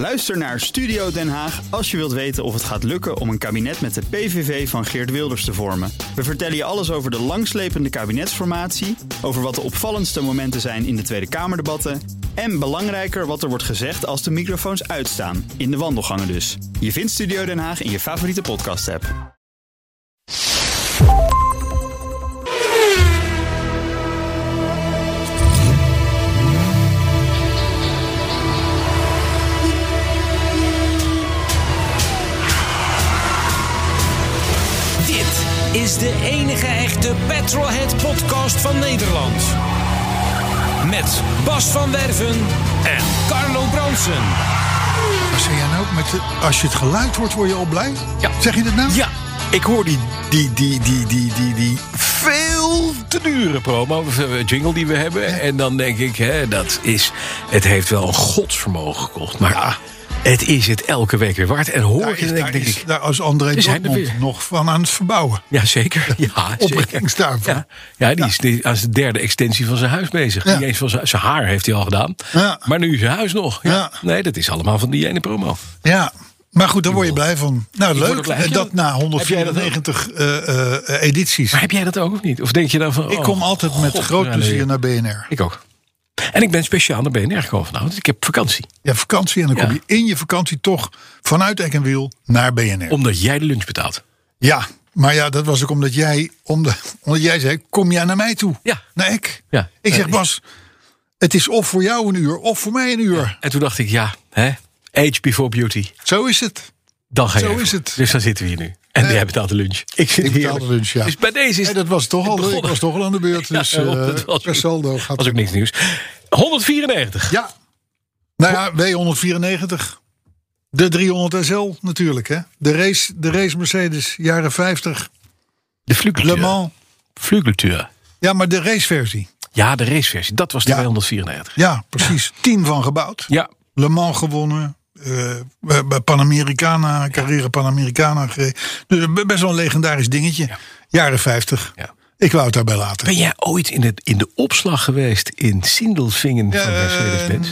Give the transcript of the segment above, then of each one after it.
Luister naar Studio Den Haag als je wilt weten of het gaat lukken om een kabinet met de PVV van Geert Wilders te vormen. We vertellen je alles over de langslepende kabinetsformatie, over wat de opvallendste momenten zijn in de Tweede Kamerdebatten en belangrijker wat er wordt gezegd als de microfoons uitstaan, in de wandelgangen dus. Je vindt Studio Den Haag in je favoriete podcast-app. Is de enige echte Petrolhead-podcast van Nederland. Met Bas van Werven en Carlo Bronsen. Wat zeg jij nou? Als je het geluid hoort, word je al blij? Ja. Zeg je dat nou? Ja, ik hoor die veel te dure promo, jingle die we hebben. Ja. En dan denk ik, het heeft wel een godsvermogen gekost. Maar ja, het is het elke week weer waard. En hoor je, denk ik... Daar is André Dortmund nog van aan het verbouwen. Ja, zeker. Ja, opbrengst daarvan. Ja, die is aan zijn derde extensie van zijn huis bezig. Ja. Niet eens van zijn haar heeft hij al gedaan. Ja. Maar nu zijn huis nog. Ja. Ja. Nee, dat is allemaal van die ene promo. Ja, maar goed, daar word je blij van. Nou, leuk. En dat na 194 edities. Maar heb jij dat ook of niet? Of denk je dan van... Ik kom altijd met groot plezier naar BNR. Ik ook. En ik ben speciaal naar BNR gekomen vanavond. Ik heb vakantie. Ja, vakantie. En dan kom je in je vakantie toch vanuit Eck en Wiel naar BNR. Omdat jij de lunch betaalt. Ja, maar ja, dat was ook omdat jij zei, kom jij naar mij toe? Ja. Naar Eck. Ja. Ik zeg, Bas, het is of voor jou een uur, of voor mij een uur. Ja. En toen dacht ik, age before beauty. Zo is het. Dan ga je. Zo is het. Dus dan zitten we hier nu. En jij betaalt de lunch. Ik betaal de lunch, ja. Dus bij deze is... dat was toch al, ik was toch al aan de beurt. Dus per saldo gaat was ook niks nieuws. 194. Ja. Nou ja, W194. De 300 SL natuurlijk, hè. De race Mercedes, jaren 50. De Flügeltür. Le Mans. Flügeltür. Ja, maar de raceversie. Ja, de raceversie. Dat was de 294. Ja, precies. 10 van gebouwd. Ja. Le Mans gewonnen. Panamericana, Carrera Panamericana gereden. Dus best wel een legendarisch dingetje. Ja. Jaren 50. Ja. Ik wou het daarbij laten. Ben jij ooit in de opslag geweest in Sindelfingen van Mercedes-Benz?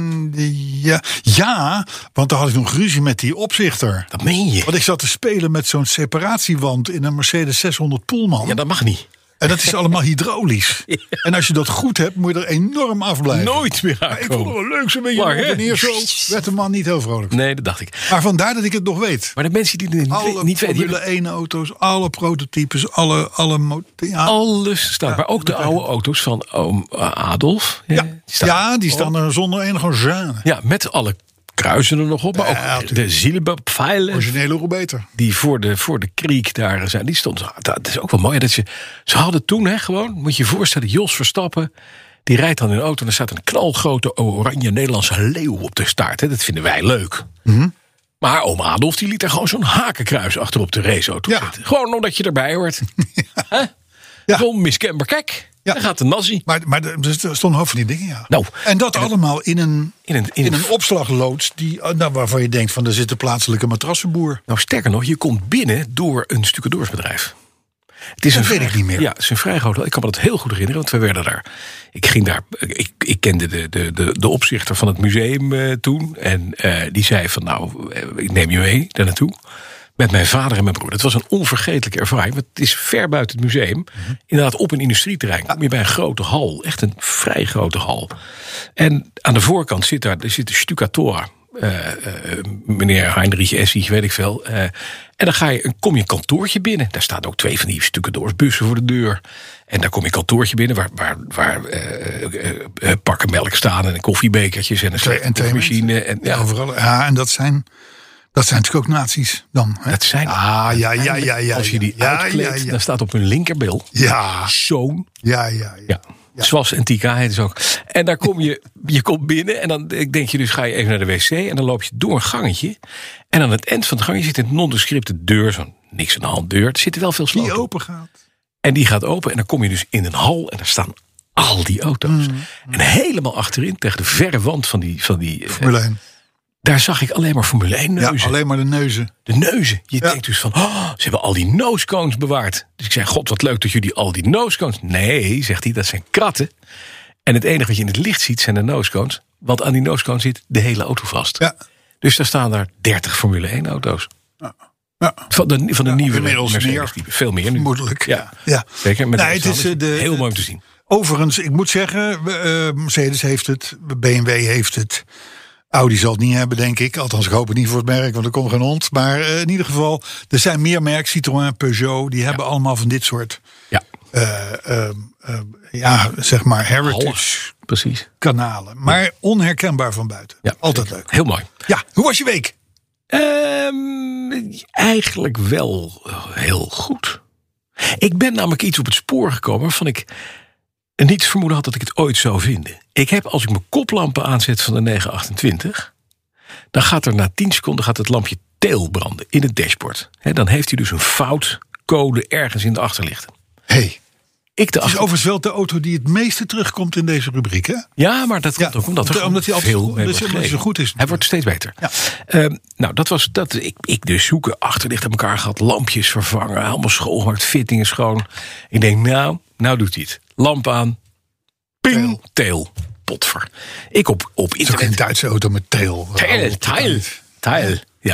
Ja, want daar had ik nog ruzie met die opzichter. Dat meen je? Want ik zat te spelen met zo'n separatiewand in een Mercedes 600 Pullman. Ja, dat mag niet. En dat is allemaal hydraulisch. Ja. En als je dat goed hebt, moet je er enorm afblijven. Nooit meer aankomen. Ik vond het wel leuk, zo'n beetje op en neer zo. Werd de man niet heel vrolijk. Nee, dat dacht ik. Maar vandaar dat ik het nog weet. Maar de mensen die het niet weten... Formule 1 auto's, alle prototypes, alle alles staat. Ja, maar ook de oude auto's van oom Adolf. Die staan er zonder enige gêne. Ja, met alle kruisen er nog op. Maar ook de zilberpfeilen. Originele Robeter. Die voor de kriek daar zijn. Die stond. Dat is ook wel mooi. Dat ze hadden toen gewoon, moet je je voorstellen, Jos Verstappen. Die rijdt dan in een auto en er staat een knalgrote oranje Nederlandse leeuw op de staart. Hè. Dat vinden wij leuk. Mm-hmm. Maar oom Adolf die liet er gewoon zo'n hakenkruis achter op de raceauto zitten. Gewoon omdat je erbij hoort. Ja. Zo'n miskenbaar. Kijk. Ja. Dan gaat de nazi. Maar er stonden hoofd van die dingen, ja. Nou, en dat allemaal in een opslagloods waarvan je denkt van, er zit een plaatselijke matrassenboer. Nou, sterker nog, je komt binnen door een stucadoorsbedrijf. Het is dat weet ik niet meer. Ja, het is een vrij groot. Ik kan me dat heel goed herinneren, want we werden daar. Ik ging daar. Ik kende de opzichter van het museum toen. En die zei van, nou, ik neem je mee daar naartoe. Met mijn vader en mijn broer. Dat was een onvergetelijke ervaring. Want het is ver buiten het museum. Mm-hmm. Inderdaad, op een industrieterrein kom je bij een grote hal. Echt een vrij grote hal. En aan de voorkant zit de stucator. Meneer Heinrich Essig, weet ik veel. En dan kom je een kantoortje binnen. Daar staan ook 2 van die stucadoorsbussen voor de deur. En daar kom je een kantoortje binnen waar pakken melk staan en koffiebekertjes en een koffiemachine. En overal. Ja, en dat zijn natuurlijk ook nazi's dan. Hè? Dat zijn ja. Als je die uitkleedt, dan staat op hun linkerbil zoon. Ja. Swas en Tika heet ze ook. En daar kom je komt binnen en dan denk je dus, ga je even naar de wc en dan loop je door een gangetje. En aan het eind van het gangetje zit een nondescripte deur, zo'n niks aan de hand deur. Er zitten wel veel sloten. Die open gaat. En die gaat open en dan kom je dus in een hal en daar staan al die auto's. En helemaal achterin, tegen de verre wand van die Formule 1. Daar zag ik alleen maar Formule 1 neuzen. Ja, alleen maar de neuzen. De neuzen. Je denkt dus van, ze hebben al die nosecones bewaard. Dus ik zei, god, wat leuk dat jullie al die nosecones... Nee, zegt hij, dat zijn kratten. En het enige wat je in het licht ziet zijn de nosecones. Want aan die nosecones zit de hele auto vast. Ja. Dus daar staan daar 30 Formule 1 auto's. Ja. Van de nieuwe inmiddels Mercedes. Veel meer nu. Vermoedelijk. Ja. Zeker. Met Nee, het is heel mooi om te zien. Overigens, ik moet zeggen, Mercedes heeft het, BMW heeft het. Audi zal het niet hebben, denk ik. Althans, ik hoop het niet voor het merk, want er komt geen hond. Maar in ieder geval, er zijn meer merken, Citroën, Peugeot, die hebben allemaal van dit soort, zeg maar, heritage Precies. kanalen. Maar onherkenbaar van buiten. Ja, altijd leuk. Heel mooi. Ja, hoe was je week? Eigenlijk wel heel goed. Ik ben namelijk iets op het spoor gekomen waarvan ik niet vermoeden had dat ik het ooit zou vinden. Ik heb, als ik mijn koplampen aanzet van de 928... dan gaat er na 10 seconden het lampje tail branden in het dashboard. Dan heeft hij dus een foutcode ergens in de achterlichten. Het is overigens wel de auto die het meeste terugkomt in deze rubriek, hè? Ja, maar dat komt ook omdat hij veel mee wordt omdat hij zo goed is. Hij wordt steeds beter. Ja. Dat was dat. Ik dus zoeken, achterlicht aan elkaar gehad, lampjes vervangen, allemaal schoongemaakt, fittingen schoon. Ik denk, nou doet hij het. Lamp aan, ping, tail, potver. Ik op Het is ook internet. een Duitse auto met tail. Tail. Ja.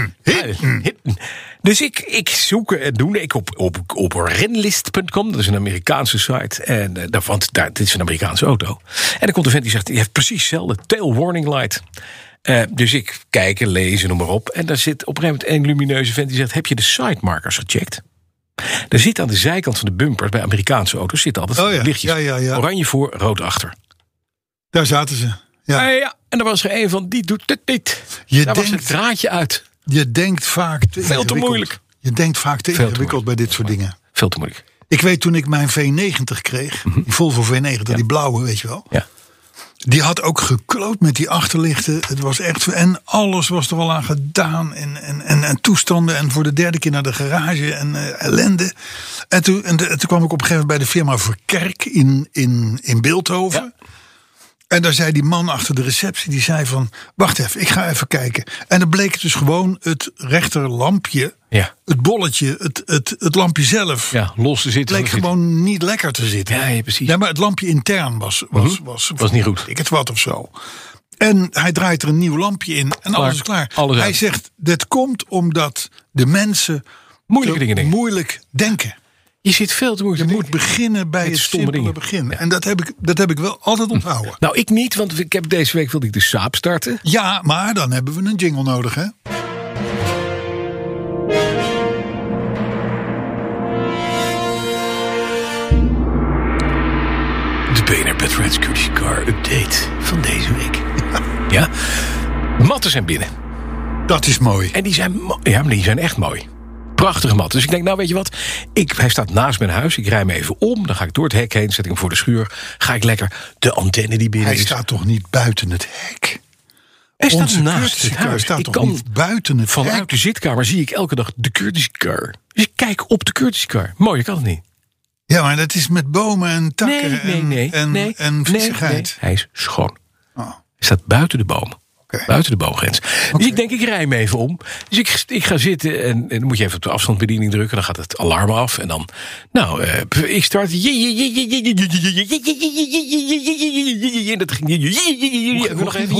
Dus ik zoek en doen. Ik op renlist.com, dat is een Amerikaanse site. En dit is een Amerikaanse auto. En dan komt een vent die zegt, die heeft precies hetzelfde. Tail warning light. Dus ik kijk en lezen, noem maar op. En daar zit op een gegeven moment een lumineuze vent die zegt, heb je de sidemarkers gecheckt? Er zit aan de zijkant van de bumpers bij Amerikaanse auto's zitten altijd lichtjes. Ja. Oranje voor, rood achter. Daar zaten ze. Ja. En er was er een van, die doet het niet. Daar was het draadje uit. Je denkt vaak te Veel te moeilijk. Je denkt vaak te ingewikkeld bij dit soort dingen. Veel te moeilijk. Ik weet toen ik mijn V90 kreeg, die Volvo V90, die blauwe, weet je wel. Ja. Die had ook gekloot met die achterlichten. Het was echt, en alles was er al aan gedaan. En toestanden. En voor de 3e keer naar de garage. En ellende. En toen kwam ik op een gegeven moment bij de firma Verkerk in Bilthoven. Ja. En daar zei die man achter de receptie, die zei van, wacht even, ik ga even kijken. En dan bleek het dus gewoon het rechterlampje, het bolletje, het lampje zelf. Ja, los te zitten. Bleek gewoon niet lekker te zitten. Ja, precies. Ja, maar het lampje intern was niet goed. Ik het wat of zo. En hij draait er een nieuw lampje in en alles is klaar. Hij zegt, dat komt omdat de mensen moeilijk denken. Je zit veel te moeilijk. Je moet beginnen bij het simpele begin. Ja. En dat heb ik wel altijd onthouden. Nou, ik niet, want ik heb deze week wilde ik de Saab starten. Ja, maar dan hebben we een jingle nodig, hè? De BNR Petrolheads Courtesy Car Update van deze week. Ja. Matten zijn binnen. Dat is mooi. En die zijn echt mooi. Prachtige mat. Dus ik denk, nou weet je wat, hij staat naast mijn huis. Ik rij hem even om, dan ga ik door het hek heen, zet ik hem voor de schuur. Ga ik lekker de antenne die binnen is. Hij staat toch niet buiten het hek? Hij staat naast het huis. Hij staat toch niet buiten het hek? Vanuit de zitkamer zie ik elke dag de courtesy car. Dus ik kijk op de courtesy car. Mooi, kan het niet. Ja, maar dat is met bomen en takken en viezigheid. Nee. Hij is schoon. Oh. Hij staat buiten de bomen. Okay. Buiten de boomgrens. Dus ik denk, ik rij hem even om. Dus ik ga zitten en dan moet je even op de afstandsbediening drukken. Dan gaat het alarm af. En dan, ik start. En dat ging. Nog even.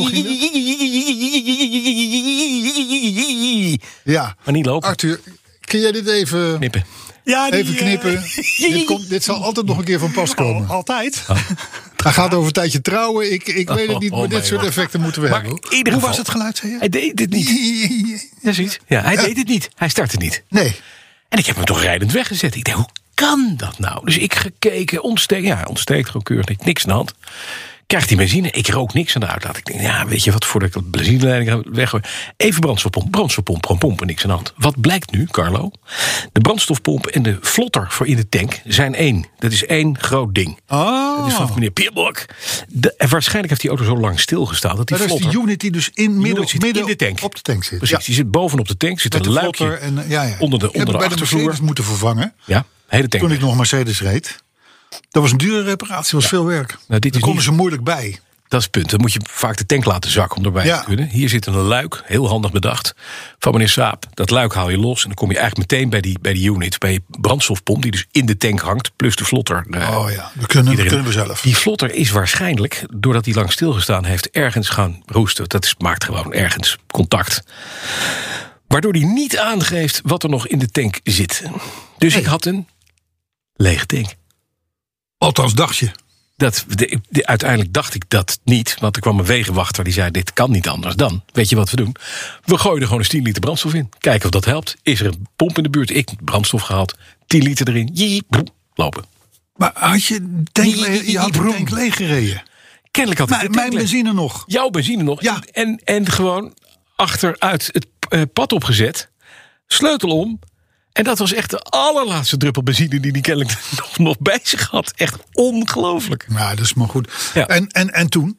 Ja, maar niet lopen. Arthur, kun jij dit even knippen? Ja, even knippen. Dit zal altijd nog een keer van pas komen. Altijd. Hij gaat over een tijdje trouwen. Ik weet het niet, maar dit soort effecten moeten we hebben. Hoe was het geluid, zei je? Hij deed het niet. Hij deed het niet. Hij startte niet. Nee. En ik heb hem toch rijdend weggezet. Ik dacht, hoe kan dat nou? Dus ik gekeken, ontsteekt gewoon keurig. Niks aan de hand. Krijgt hij benzine? Ik rook niks aan de uitlaat. Ik denk, weet je wat, voordat ik de benzineleiding weggooi. Even brandstofpomp, niks aan de hand. Wat blijkt nu, Carlo? De brandstofpomp en de vlotter voor in de tank zijn één. Dat is één groot ding. Oh. Dat is van meneer Pierblok. En waarschijnlijk heeft die auto zo lang stilgestaan. Dat die vlotter... is die unit die dus midden in de tank. Op de tank zit. Precies, die zit bovenop de tank. Zit een luikje onder de achtervloer. bij de Mercedes moeten vervangen. Ja, hele tank. Toen ik nog Mercedes reed. Dat was een dure reparatie, was veel werk. Nou, Daar konden ze moeilijk bij. Dat is het punt. Dan moet je vaak de tank laten zakken om erbij te kunnen. Hier zit een luik, heel handig bedacht, van meneer Saab. Dat luik haal je los en dan kom je eigenlijk meteen bij die unit, bij je brandstofpomp die dus in de tank hangt, plus de vlotter. Dat kunnen we zelf. Die vlotter is waarschijnlijk, doordat hij lang stilgestaan heeft, ergens gaan roesten. Maakt gewoon ergens contact. Waardoor hij niet aangeeft wat er nog in de tank zit. Dus ik had een lege tank. Althans dacht je. Uiteindelijk dacht ik dat niet. Want er kwam een wegenwachter die zei, dit kan niet anders dan. Weet je wat we doen? We gooien er gewoon eens 10 liter brandstof in. Kijken of dat helpt. Is er een pomp in de buurt? Ik brandstof gehaald. 10 liter erin. Lopen. Maar had je de tank leeg gereden? Kennelijk had ik de tank mijn leeg. benzine nog. Jouw benzine nog. Ja. En gewoon achteruit het pad opgezet. Sleutel om. En dat was echt de allerlaatste druppel benzine die kennelijk nog bij zich had. Echt ongelooflijk. Ja, dat is maar goed. Ja. En toen?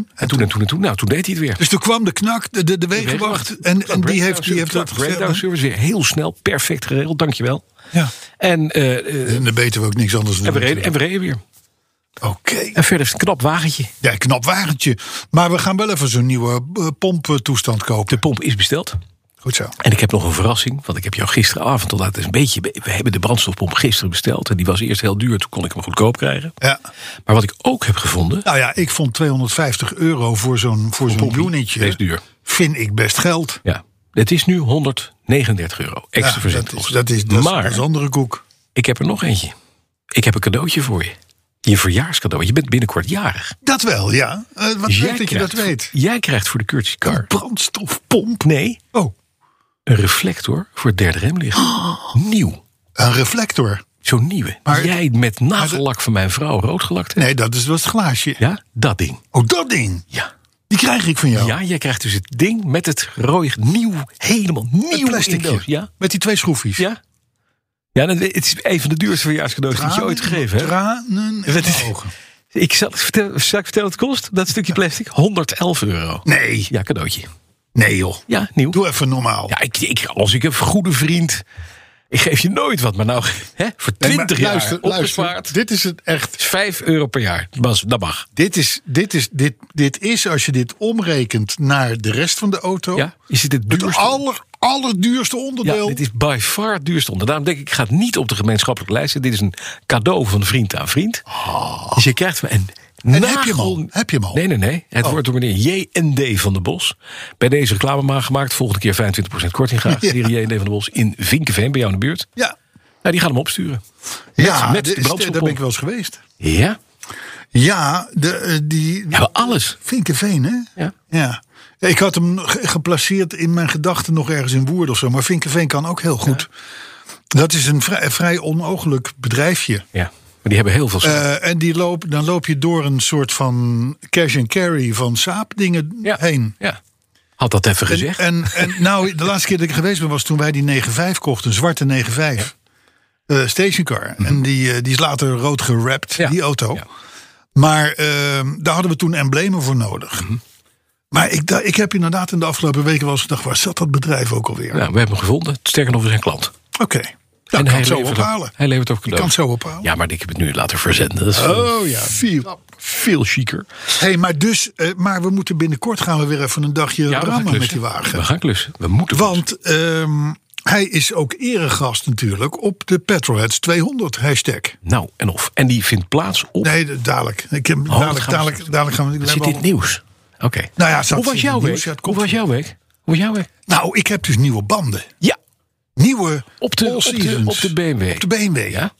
Nou, toen deed hij het weer. Dus toen kwam de knak, de wegenwacht. En die heeft dat breakdown service weer heel snel, perfect geregeld. Dankjewel. Ja. En dan weten we ook niks anders. En we reden weer. Oké. En verder is het een knap wagentje. Ja, een knap wagentje. Maar we gaan wel even zo'n nieuwe pomptoestand kopen. De pomp is besteld. Goed zo. En ik heb nog een verrassing, want ik heb jou gisteravond al laten een beetje. We hebben de brandstofpomp gisteren besteld en die was eerst heel duur, toen kon ik hem goedkoop krijgen. Ja. Maar wat ik ook heb gevonden. Nou ja, ik vond €250 voor zo'n unitje. Is duur. Vind ik best geld. Ja. Het is nu €139 extra verzendkosten. Dat is een andere koek. Ik heb er nog eentje. Ik heb een cadeautje voor je. Je verjaarscadeau. Je bent binnenkort jarig. Dat wel, ja. Wat leuk dat je dat weet. Jij krijgt voor de Courtesy Car een brandstofpomp? Nee. Oh. Een reflector voor het derde remlicht. Nieuw. Een reflector? Zo'n nieuwe. Maar jij met nagellak van mijn vrouw rood gelakt hebt. Nee, dat is het glaasje. Ja, dat ding. Oh, dat ding? Ja. Die krijg ik van jou? Ja, jij krijgt dus het ding met het rode nieuw. Helemaal nieuw plastic. Ja. Met die 2 schroefjes. Ja. Ja, het is een van de duurste verjaarscadeaus die je ooit gegeven hebt. Tranen in de ogen. Zal ik vertellen wat het kost? Dat stukje plastic? €111. Nee. Ja, cadeautje. Nee joh. Ja, nieuw. Doe even normaal. Ja, als ik een goede vriend. Ik geef je nooit wat, maar nou, voor 20 jaar opgespaard. Dit is het echt. €5 per jaar. Dat mag. Dit is, als je dit omrekent naar de rest van de auto. Ja, is het duurste? allerduurste onderdeel. Ja, dit is by far het duurste onderdeel. Daarom denk ik ga het niet op de gemeenschappelijke lijst. Dit is een cadeau van vriend aan vriend. Dus je krijgt een heb je hem al? Nee. Het wordt door meneer JND van der Bos. Bij deze reclame gemaakt. Volgende keer 25% korting graag. Ja. Meneer JND van der Bos in Vinkeveen, bij jou in de buurt. Ja. Nou, die gaat hem opsturen. Met de brandstofpomp. Daar ben ik wel eens geweest. Ja? Ja, die... Ja, alles. Vinkeveen, hè? Ja. Ik had hem geplaceerd in mijn gedachten nog ergens in Woerden of zo. Maar Vinkeveen kan ook heel goed. Ja. Dat is een vrij onmogelijk bedrijfje. Ja, maar die hebben heel veel en dan loop je door een soort van cash and carry van Saab dingen heen. Ja. Had dat even gezegd. En nou, de laatste keer dat ik geweest ben was toen wij die 9.5 kochten. Een zwarte 9.5 stationcar. En die is later rood gerapt, die auto. Ja. Maar daar hadden we toen emblemen voor nodig. Mm-hmm. Maar ik heb inderdaad in de afgelopen weken wel eens gedacht, waar zat dat bedrijf ook alweer? Nou, we hebben hem gevonden. Sterker nog, we zijn klant. Oké. En hij kan het zo ophalen. Hij levert ook cadeaus. Ik kan het zo ophalen. Ja, maar ik heb het nu laten verzenden. Dat is veel chiquer. Hey, maar we moeten binnenkort gaan we weer even een dagje rammen met die wagen. We gaan klussen. We moeten Want hij is ook eregast natuurlijk op de Petrolheads 200 hashtag. Nou, en die vindt plaats op... Nee, dadelijk. Dadelijk gaan we... Zit dit nieuws? Oké. Nou ja, Hoe was jouw week? Hoe was jouw week? Nou, ik heb dus nieuwe banden. Ja. Nieuwe op de BMW. Op de BMW. Ja.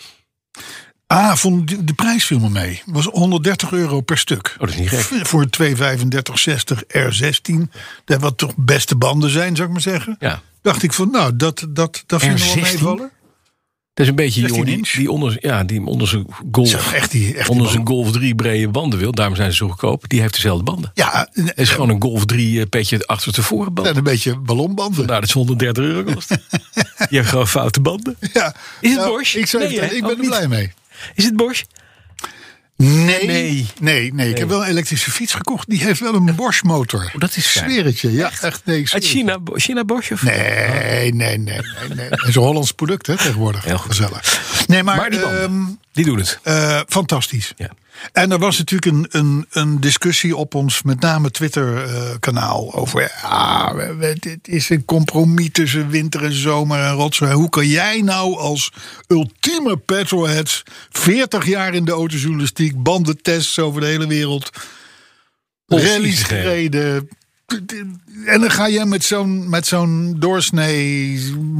De prijs viel me mee. Was €130 per stuk. Oh, dat is niet gek. Voor 235/60 R16. Dat wat toch beste banden zijn, zou ik maar zeggen. Ja. Dacht ik van, nou, dat vind ik wel meevallen. Dat is een beetje jongen die onder zijn Golf, onder zijn Golf 3 brede banden wil. Daarom zijn ze zo goedkoop. Die heeft dezelfde banden. Ja, het is gewoon een Golf 3 petje achterstevoren band. En een beetje ballonbanden. Vandaar dat ze €130 kost. Je hebt gewoon foute banden. Ja. Is het Bosch? Ik ben er blij mee. Is het Bosch? Nee. Ik heb wel een elektrische fiets gekocht. Die heeft wel een Bosch motor. Oh, dat is sfeertje. Ja, echt. Nee, uit China Bosch? Of? Nee. Het is een Hollands product, hè, tegenwoordig. Heel goed. Gezellig. Nee, maar die banden, die doen het. fantastisch. Ja. En er was natuurlijk een discussie op ons, met name Twitter-kanaal, over dit is een compromis tussen winter en zomer en rotzooi. Hoe kan jij nou als ultieme petrolheads, 40 jaar in de autojournalistiek, bandentests over de hele wereld, rallies gereden, en dan ga je met zo'n doorsnee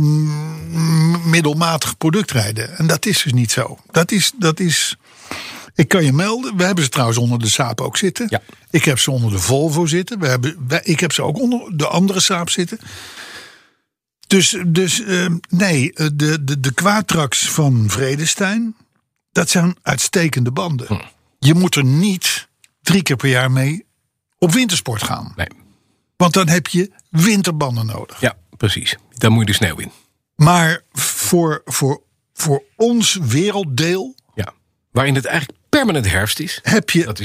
middelmatig product rijden. En dat is dus niet zo. Dat is. Ik kan je melden. We hebben ze trouwens onder de Saab ook zitten. Ja. Ik heb ze onder de Volvo zitten. Ik heb ze ook onder de andere Saab zitten. Dus nee, de Quatrax van Vredestein, dat zijn uitstekende banden. Je moet er niet 3 keer per jaar mee op wintersport gaan. Nee. Want dan heb je winterbanden nodig. Ja, precies. Dan moet je de sneeuw in. Maar voor ons werelddeel, Ja. Waarin het eigenlijk permanent herfst is. heb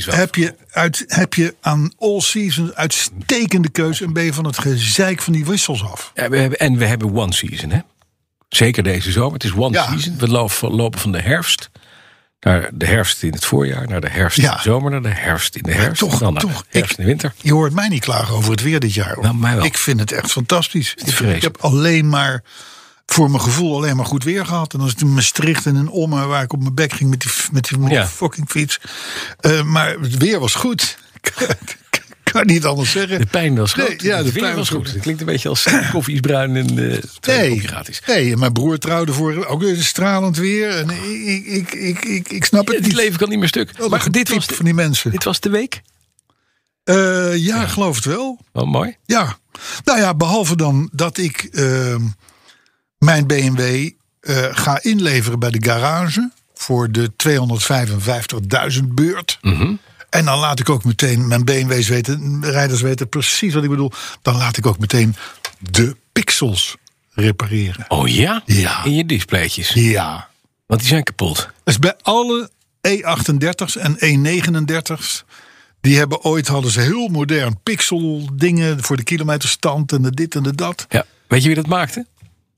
je aan all season uitstekende keuze en ben je van het gezeik van die wissels af. Ja, we hebben one season, hè? Zeker deze zomer. Het is one season. We lopen van de herfst naar de herfst in het voorjaar, naar de herfst in de zomer, naar de herfst in de herfst. Toch, dan naar de herfst in de winter. Je hoort mij niet klagen over het weer dit jaar. Hoor. Nou, mij wel. Ik vind het echt fantastisch. Vreselijk. Ik heb alleen maar, voor mijn gevoel, alleen maar goed weer gehad. En dan is het in Maastricht en in Ommen, waar ik op mijn bek ging met die fucking fiets. Maar het weer was goed. Kan niet anders zeggen. De pijn was groot. Nee, ja, de weer pijn was was goed. goed. Het klinkt een beetje als koffie is bruin en koffie gratis. Nee, mijn broer trouwde voor ook weer stralend weer. En ik snap het Het niet. leven kan niet meer stuk. Maar dit was van die mensen. Dit was de week? Ja, geloof het wel. Wel mooi. Ja. Nou ja, behalve dan dat ik mijn BMW ga inleveren bij de garage voor de 255.000 beurt. Mm-hmm. En dan laat ik ook meteen, mijn BMW's weten, rijders weten precies wat ik bedoel. Dan laat ik ook meteen de pixels repareren. Oh ja? Ja. In je displaytjes. Ja. Want die zijn kapot. Dus bij alle E38's en E39's, hadden ze heel modern pixel dingen voor de kilometerstand en de dit en de dat. Ja. Weet je wie dat maakte?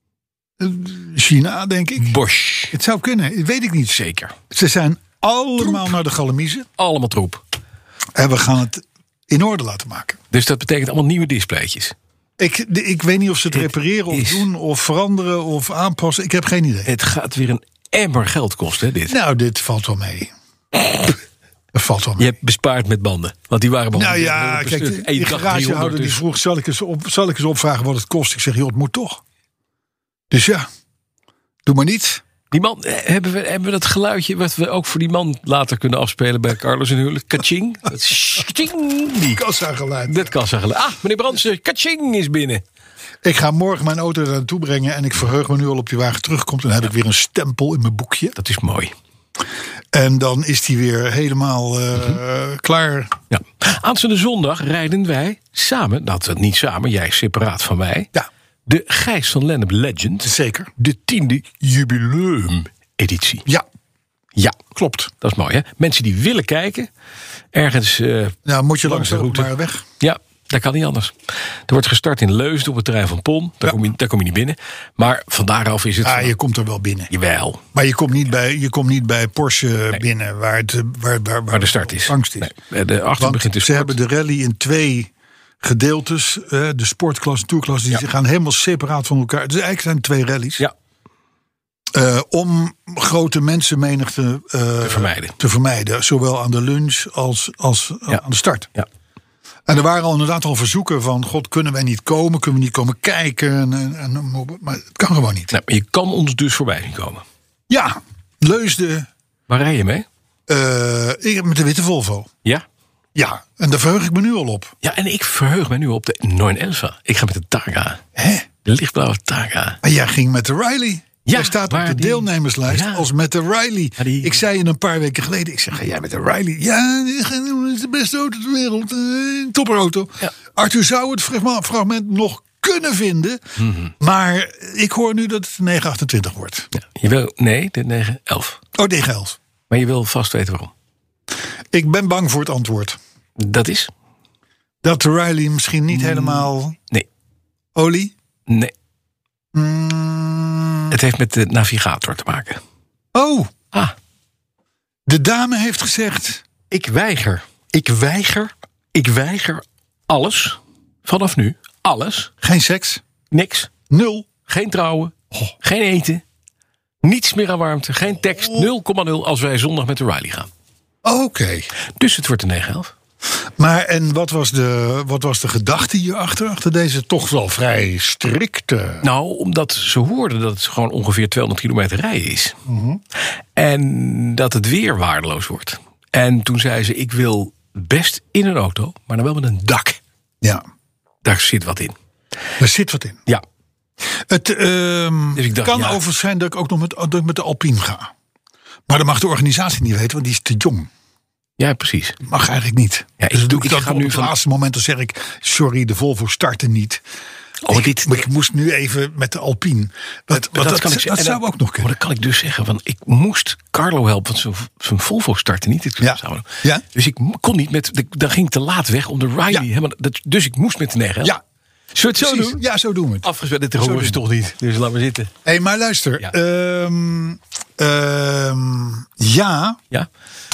China, denk ik. Bosch. Het zou kunnen, dat weet ik niet. Zeker. Ze zijn allemaal naar de Galamiezen. Allemaal troep. En we gaan het in orde laten maken. Dus dat betekent allemaal nieuwe displaytjes. Ik weet niet of ze het repareren of doen of veranderen of aanpassen. Ik heb geen idee. Het gaat weer een emmer geld kosten, hè, dit. Nou, dit valt wel mee. Dat valt wel mee. Je hebt bespaard met banden. Want die waren Nou ja, kijk, die garagehouder die vroeg, zal ik eens opvragen wat het kost? Ik zeg, joh, het moet toch. Dus ja, doe maar niet. Die man, hebben we dat geluidje wat we ook voor die man later kunnen afspelen bij Carlos in huwelijk? Kaching. Dat die Kassageluid. Dat kassageluid. Ah, meneer Brandsen, kaching is binnen. Ik ga morgen mijn auto daar naartoe brengen en ik verheug me nu al op die wagen terugkomt. En dan heb ik weer een stempel in mijn boekje. Dat is mooi. En dan is die weer helemaal klaar. Ja. Aanstaande zondag rijden wij samen, niet samen, jij separaat van mij. Ja. De Gijs van Lennep Legend. Zeker. De 10e jubileum-editie. Ja, klopt. Dat is mooi, hè? Mensen die willen kijken, ergens Nou, moet je langs langs de route. maar weg. Ja, dat kan niet anders. Er wordt gestart in Leusden op het terrein van PON. Daar kom je niet binnen. Maar van daaraf is het... Ah, je komt er wel binnen. Jawel. Maar je komt niet bij Porsche binnen, waar Waar de start is. Angst is. Nee, de achter Want begint de ze sport. hebben de rally in 2 gedeeltes. De sportklas en toerklas. Die gaan helemaal separaat van elkaar. Dus eigenlijk zijn het 2 rallies. Ja. Om grote mensenmenigte te vermijden. Zowel aan de lunch als aan de start. Ja. En er waren inderdaad al verzoeken van... God, kunnen wij niet komen? Kunnen we niet komen kijken? Maar het kan gewoon niet. Nou, je kan ons dus voorbij zien komen. Ja, Leusden. Waar rij je mee? Ik met de witte Volvo. Ja? Ja, en daar verheug ik me nu al op. Ja, en ik verheug me nu op de 911. Ik ga met de Targa. Hè? De lichtblauwe Targa. Maar jij ging met de Riley. Ja, jij staat op maar de deelnemerslijst als met de Riley. Ja, Ik zei je een paar weken geleden, ik zeg, ga jij met de Riley? Ja, dat is de beste auto ter wereld. Topperauto. Ja. Arthur zou het fragment nog kunnen vinden. Maar ik hoor nu dat het 928 wordt. Ja, je wil, nee, de 911. Oh, 911. Maar je wil vast weten waarom. Ik ben bang voor het antwoord. Dat is? Dat de Riley misschien niet helemaal... Nee. Olie? Nee. Het heeft met de navigator te maken. Oh, Ah, de dame heeft gezegd... ik weiger alles. Vanaf nu. Alles. Geen seks, Niks. 0. Geen trouwen. Geen eten. Niets meer aan warmte. Geen tekst. 0,0 als wij zondag met de Riley gaan. Oké. Dus het wordt een 9-11. Maar en wat was de gedachte hierachter? Achter deze toch wel vrij strikte... Nou, omdat ze hoorden dat het gewoon ongeveer 200 kilometer rijden is. En dat het weer waardeloos wordt. En toen zei ze, ik wil best in een auto, maar dan wel met een dak. Ja, Daar zit wat in. er zit wat in. Ja. Het Dus ik dacht, kan ja. overigens zijn dat ik ook nog met de Alpine ga. Maar dat mag de organisatie niet weten, want die is te jong. Ja, precies. Mag eigenlijk niet. Ja, Dus ik doe ik dat ga op nu het van- laatste moment. Dan zeg ik, sorry, de Volvo startte niet. Oh, Ik moest nu even met de Alpine. Dat zou ook nog kunnen. Maar dan kan ik dus zeggen, van, ik moest Carlo helpen, want zijn Volvo startte niet. Ja. Dus ik kon niet dan ging ik te laat weg om de Riley. Ja. Helemaal, dus ik moest met de 9. Ja, Zullen we het zo precies. doen? Ja, zo doen we het. Afgezet, dit horen ze toch niet. Dus laat maar zitten. Hé, maar luister. Ja. Ja. Ja?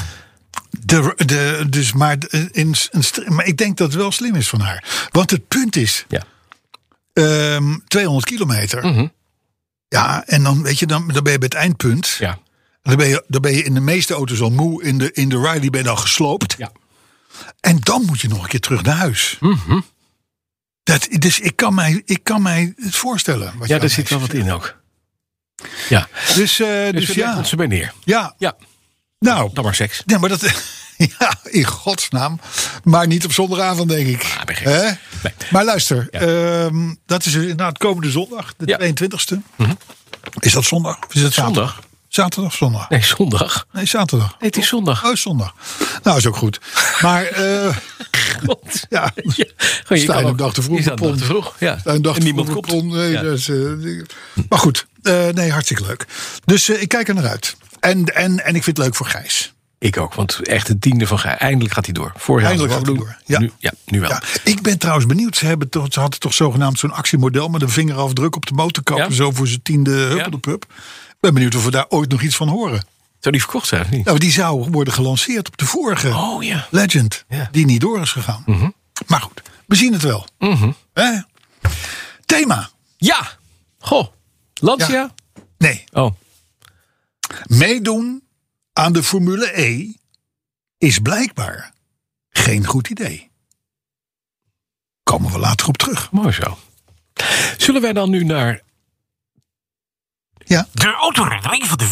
Maar ik denk dat het wel slim is van haar. Want het punt is, Ja. 200 kilometer. Ja, en dan weet je, dan ben je bij het eindpunt. Ja. Dan ben je in de meeste auto's al moe. In de Riley ben je dan gesloopt. Ja. En dan moet je nog een keer terug naar huis. Dus ik kan mij het voorstellen. Wat Ja, je daar zit wel wat in ook. Ja. Dus Dus we ja. leggen ze bij neer. Ja. Ja. Nou, Dan maar seks. ja, maar dat... Ja, in godsnaam. Maar niet op zondagavond, denk ik. Ah, ben gek. Hè? Nee. Maar luister, Ja. dat is inderdaad komende zondag, de Ja. 22e. Is dat zondag? Of is het zaterdag? Zondag? Zaterdag of zondag? Nee, zondag. Nee, zaterdag. Nee, het is zondag. Oh, zondag. Nou, is ook goed. Maar God. ja, Ja. Gewoon, sta je een dag te vroeg Je staat op een dag te vroeg. Ja. een dag En niemand voor de komt. pon. Nee, Ja. dat is, maar goed, nee, hartstikke leuk. Dus ik kijk er naar uit. En ik vind het leuk voor Gijs. Ik ook, want echt de 10e van Gijs. Eindelijk gaat hij door. Vorig jaar Eindelijk hadden gaat we hij doen. door. Ja. Nu wel. Ja, ik ben trouwens benieuwd. Ze hadden toch zogenaamd zo'n actiemodel met een vingerafdruk op de motorkap. Ja. En zo voor zijn 10e huppeldepup. Ik ben benieuwd of we daar ooit nog iets van horen. Zou die verkocht zijn of niet? Nou, die zou worden gelanceerd op de vorige Oh ja. Legend. Ja. Die niet door is gegaan. Maar goed, we zien het wel. Hè? Thema. Ja. Goh. Lancia? Ja. Nee, Oh. meedoen aan de Formule E is blijkbaar geen goed idee. Komen we later op terug. Mooi zo. Zullen wij dan nu naar Ja. de autoherinnering van de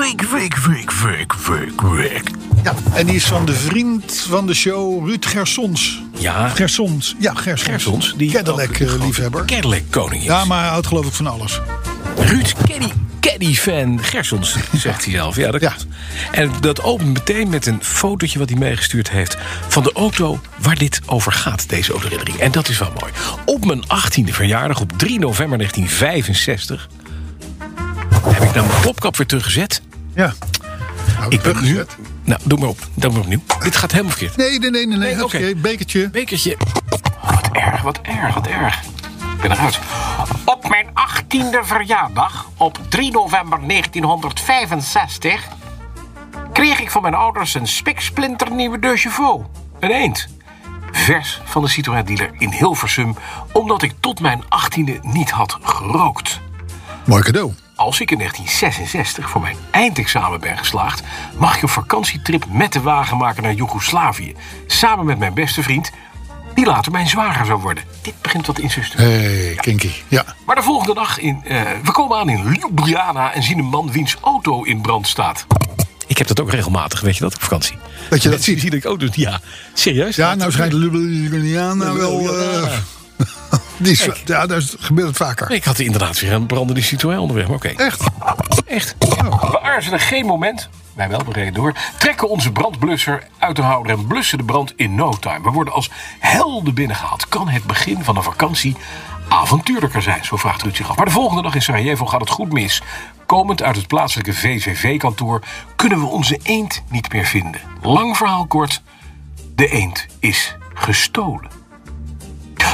week. Ja, en die is van de vriend van de show, Ruud Gersons. Ja, Gersons. Gersons. Die Cadillac-liefhebber. Cadillac koning is. Ja, maar hij houdt geloof ik van alles. Ruud Caddy-fan Gersons, zegt hij zelf. Ja, dat Ja. klopt. En dat opent meteen met een fotootje wat hij meegestuurd heeft van de auto waar dit over gaat, deze autoherinnering. En dat is wel mooi. Op mijn 18e verjaardag, op 3 november 1965... heb ik naar mijn plopkap weer teruggezet. Ja. Nou, Ik ben nu... teruggezet. Nou, doe maar op. Doe maar opnieuw. Dit gaat helemaal verkeerd. Nee. oké. Oké, bekertje. Bekertje. Wat erg. Ik ben eruit. Op mijn 18e verjaardag, op 3 november 1965... kreeg ik van mijn ouders een spiksplinternieuwe De Chauveau. Een eend. Vers van de Citroën dealer in Hilversum... omdat ik tot mijn 18e niet had gerookt. Mooi cadeau. Als ik in 1966 voor mijn eindexamen ben geslaagd... mag ik een vakantietrip met de wagen maken naar Joegoslavië. Samen met mijn beste vriend, die later mijn zwager zou worden. Dit begint wat inzuster. Hey, kinky. Ja. Maar de volgende dag, we komen aan in Ljubljana... en zien een man wiens auto in brand staat. Ik heb dat ook regelmatig, weet je dat, op vakantie. Dat je dat Mensen ziet. zien dat ik ook doe. Ja, serieus? Ja, nou schijnt de Ljubljana wel... dat gebeurt het vaker. Ik had inderdaad weer een brandende Citroën onderweg, maar oké. Echt? Echt. We aarzelen geen moment, wij wel, we reden door... trekken onze brandblusser uit de houder en blussen de brand in no time. We worden als helden binnengehaald. Kan het begin van een vakantie avontuurlijker zijn, zo vraagt Ruud zich af. Maar de volgende dag in Sarajevo gaat het goed mis. Komend uit het plaatselijke VVV-kantoor... kunnen we onze eend niet meer vinden. Lang verhaal kort, de eend is gestolen.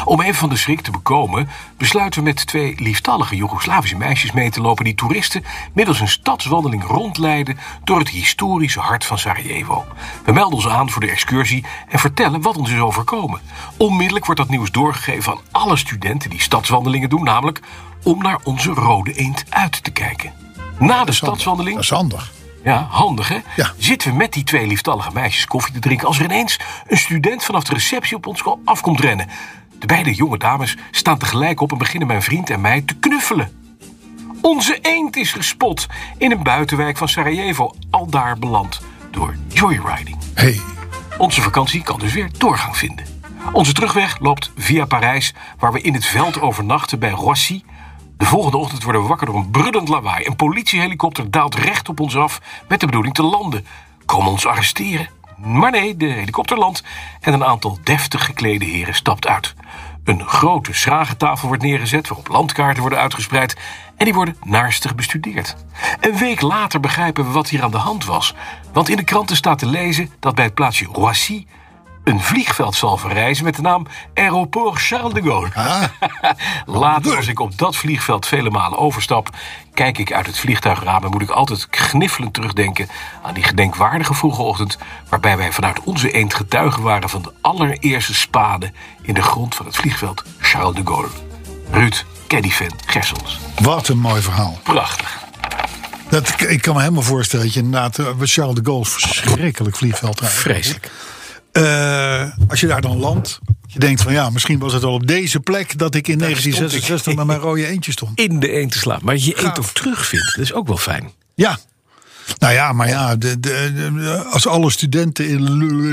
Om even van de schrik te bekomen besluiten we met 2 lieftallige Joegoslavische meisjes mee te lopen die toeristen middels een stadswandeling rondleiden door het historische hart van Sarajevo. We melden ons aan voor de excursie en vertellen wat ons is overkomen. Onmiddellijk wordt dat nieuws doorgegeven aan alle studenten die stadswandelingen doen, namelijk om naar onze rode eend uit te kijken. Na de stadswandeling... Dat is handig. Ja, handig hè? Ja. Zitten we met die 2 lieftallige meisjes koffie te drinken als er ineens een student vanaf de receptie op ons afkomt rennen. De beide jonge dames staan tegelijk op en beginnen mijn vriend en mij te knuffelen. Onze eend is gespot in een buitenwijk van Sarajevo, aldaar beland door joyriding. Hey. Onze vakantie kan dus weer doorgang vinden. Onze terugweg loopt via Parijs, waar we in het veld overnachten bij Roissy. De volgende ochtend worden we wakker door een brullend lawaai. Een politiehelikopter daalt recht op ons af met de bedoeling te landen. Komen ons arresteren? Maar nee, de helikopter landt en een aantal deftig geklede heren stapt uit. Een grote schragentafel wordt neergezet waarop landkaarten worden uitgespreid en die worden naarstig bestudeerd. Een week later begrijpen we wat hier aan de hand was. Want in de kranten staat te lezen dat bij het plaatsje Roissy een vliegveld zal verrijzen met de naam Aéroport Charles de Gaulle. Later, als ik op dat vliegveld vele malen overstap, kijk ik uit het vliegtuigraam en moet ik altijd kniffelend terugdenken aan die gedenkwaardige vroege ochtend, waarbij wij vanuit onze eend getuigen waren van de allereerste spade in de grond van het vliegveld Charles de Gaulle. Ruud, Caddy-fan, Gersels. Wat een mooi verhaal. Prachtig. Ik kan me helemaal voorstellen dat je inderdaad Charles de Gaulle verschrikkelijk vliegveld rijdt. Vreselijk. Als je daar dan landt, je denkt van ja, misschien was het al op deze plek dat ik in 1966 met mijn rode eendje stond. In de eend te slaan. Maar je eend ook terugvindt, dat is ook wel fijn. Ja. Nou ja, maar ja, als alle studenten in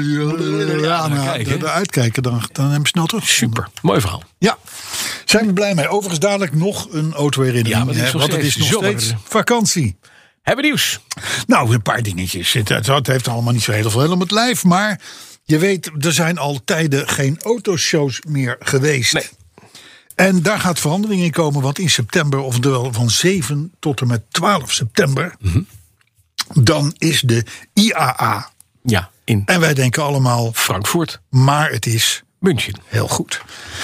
eruit kijken, dan hebben we snel terug. Super, mooi verhaal. Ja, zijn we blij mee. Overigens dadelijk nog een autoherinnering. Ja, Want het is nog steeds vakantie. Hebben we nieuws? Nou, een paar dingetjes. Het heeft allemaal niet zo heel veel om het lijf, maar je weet, er zijn al tijden geen autoshows meer geweest. Nee. En daar gaat verandering in komen, want in september, oftewel van 7 tot en met 12 september, dan is de IAA. Ja, in. En wij denken allemaal Frankfurt. Maar het is München. Heel goed.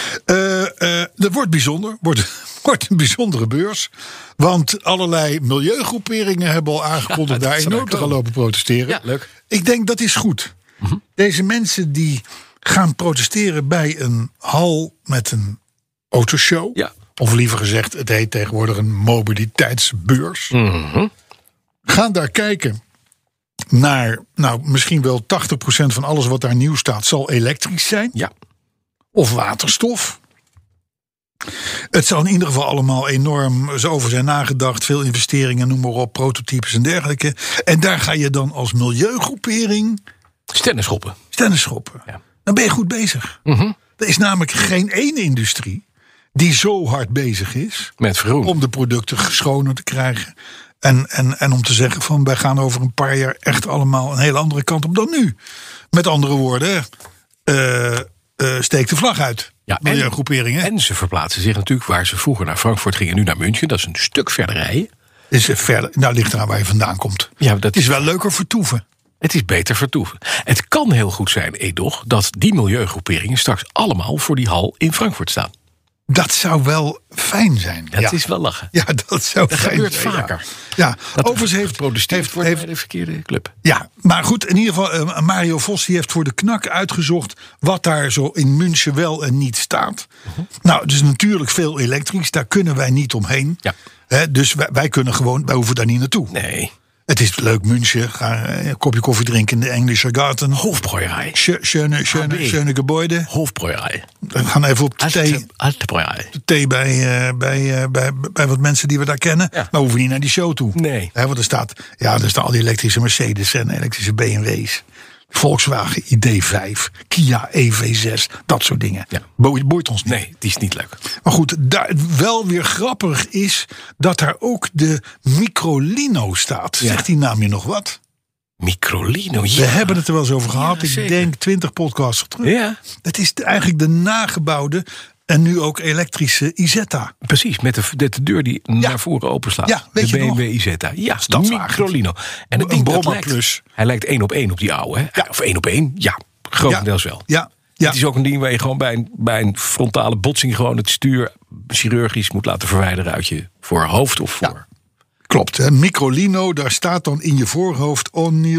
Dat wordt bijzonder. Wordt een bijzondere beurs. Want allerlei milieugroeperingen hebben al aangekondigd daar enorm te gaan lopen protesteren. Ja, leuk. Ik denk dat is goed. Deze mensen die gaan protesteren bij een hal met een autoshow. Ja. Of liever gezegd, het heet tegenwoordig een mobiliteitsbeurs. Gaan daar kijken naar, nou, misschien wel 80% van alles wat daar nieuw staat zal elektrisch zijn. Ja. Of waterstof. Het zal in ieder geval allemaal enorm over zijn nagedacht. Veel investeringen, noem maar op, prototypes en dergelijke. En daar ga je dan als milieugroepering Stennis schoppen. Ja. Dan ben je goed bezig. Er is namelijk geen één industrie die zo hard bezig is met vergroening om de producten schoner te krijgen. En om te zeggen van wij gaan over een paar jaar echt allemaal een hele andere kant op dan nu. Met andere woorden, steek de vlag uit. Ja, milieugroeperingen. En ze verplaatsen zich natuurlijk waar ze vroeger naar Frankfurt gingen, nu naar München. Dat is een stuk verder rijden. Is verder, nou ligt eraan waar je vandaan komt. Ja, dat is wel leuker vertoeven. Het is beter vertoeven. Het kan heel goed zijn, Edoch, dat die milieugroeperingen straks allemaal voor die hal in Frankfurt staan. Dat zou wel fijn zijn. Dat is wel lachen. Ja, dat zou dat fijn gebeurt zijn. vaker. Ja. Overigens heeft geprotesteerd wordt bij de verkeerde club. Ja, maar goed, in ieder geval, Mario Vos die heeft voor de knak uitgezocht wat daar zo in München wel en niet staat. Nou, dus natuurlijk veel elektrisch, daar kunnen wij niet omheen. Ja. Dus wij kunnen gewoon, wij hoeven daar niet naartoe. Nee. Het is leuk, München. Ga een kopje koffie drinken in de Englische Garten. Hofbräuerei. Schöne Gebäude. Hofbräuerei. We gaan even op de thee. Alte Bräuerei. De thee bij wat mensen die we daar kennen. Ja. Maar we hoeven niet naar die show toe. Nee. Want er staan al die elektrische Mercedes en elektrische BMW's. Volkswagen ID5, Kia EV6, dat soort dingen. Ja. Boeit ons niet. Nee, die is niet leuk. Maar goed, daar wel weer grappig is dat daar ook de Microlino staat. Ja. Zegt die naam je nog wat? Microlino, ja. We hebben het er wel eens over gehad. Ja, ik denk 20 podcasts terug. Ja. Het is eigenlijk de nagebouwde en nu ook elektrische Isetta. Precies, met de deur die naar voren openslaat. Ja, weet de je BMW nog? Isetta. Ja, Microlino. En het een Brommer Plus. Hij lijkt 1 op 1 op die oude. Hè? Ja. Of 1 op 1, ja. Grotendeels wel. Ja. Ja. Het is ook een ding waar je gewoon bij een frontale botsing gewoon het stuur chirurgisch moet laten verwijderen uit je voorhoofd of voor. Ja. Klopt, hè? Microlino, daar staat dan in je voorhoofd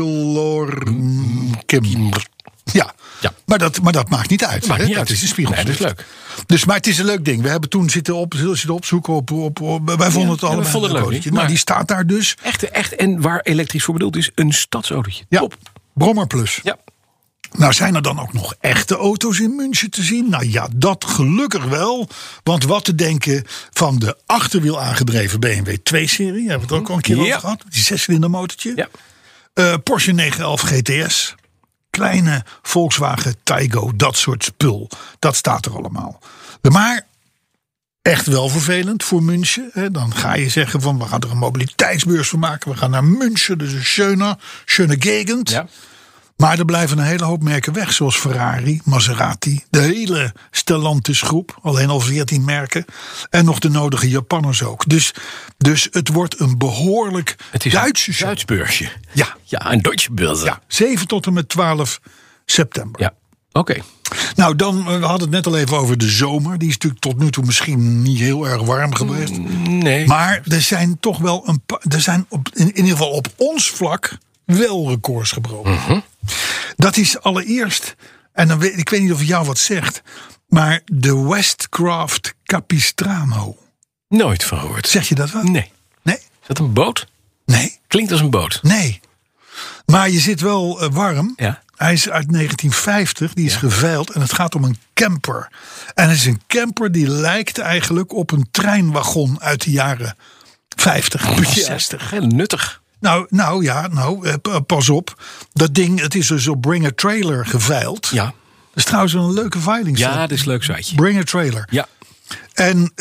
Kim. Ja. Maar dat maakt niet uit. Maakt niet uit. Dat is een spiegel. Nee, dat is leuk. Dus, maar het is een leuk ding. We hebben toen zitten opzoeken wij vonden het allemaal we vonden het leuk. Nou, die staat daar dus. Echt. En waar elektrisch voor bedoeld is, een stadsautootje. Ja, Top. Brommer Plus. Ja. Nou, zijn er dan ook nog echte auto's in München te zien? Nou ja, dat gelukkig wel. Want wat te denken van de achterwiel aangedreven BMW 2-serie. Hebben we het ook al een keer over gehad. Die 6-cilinder motortje. Ja. Porsche 911 GTS. Kleine Volkswagen Taygo. Dat soort spul. Dat staat er allemaal. Maar echt wel vervelend voor München. Dan ga je zeggen van we gaan er een mobiliteitsbeurs van maken. We gaan naar München. Dus een schöne gegend. Ja. Maar er blijven een hele hoop merken weg. Zoals Ferrari, Maserati. De hele Stellantis groep. Alleen al 14 merken. En nog de nodige Japanners ook. Dus het wordt een behoorlijk Duitse show. Duits beursje. Ja. Ja, een Duitse beurs. Ja, 7 tot en met 12 september. Ja, oké. Nou, we hadden het net al even over de zomer. Die is natuurlijk tot nu toe misschien niet heel erg warm geweest. Nee. Maar er zijn toch wel in ieder geval op ons vlak wel records gebroken. Mm-hmm. Dat is allereerst, en dan ik weet niet of het jou wat zegt, maar de Westcraft Capistrano. Nooit van gehoord. Zeg je dat wel? Nee. Nee? Is dat een boot? Nee. Klinkt als een boot. Nee. Maar je zit wel warm. Ja. Hij is uit 1950, die is geveild en het gaat om een camper. En het is een camper die lijkt eigenlijk op een treinwagon uit de jaren 50, 60. Heel nuttig. Nou, pas op. Dat ding, het is dus op Bring a Trailer geveild. Ja. Dat is trouwens een leuke veiling. Ja, dat is een leuk siteje. Bring a Trailer. Ja. En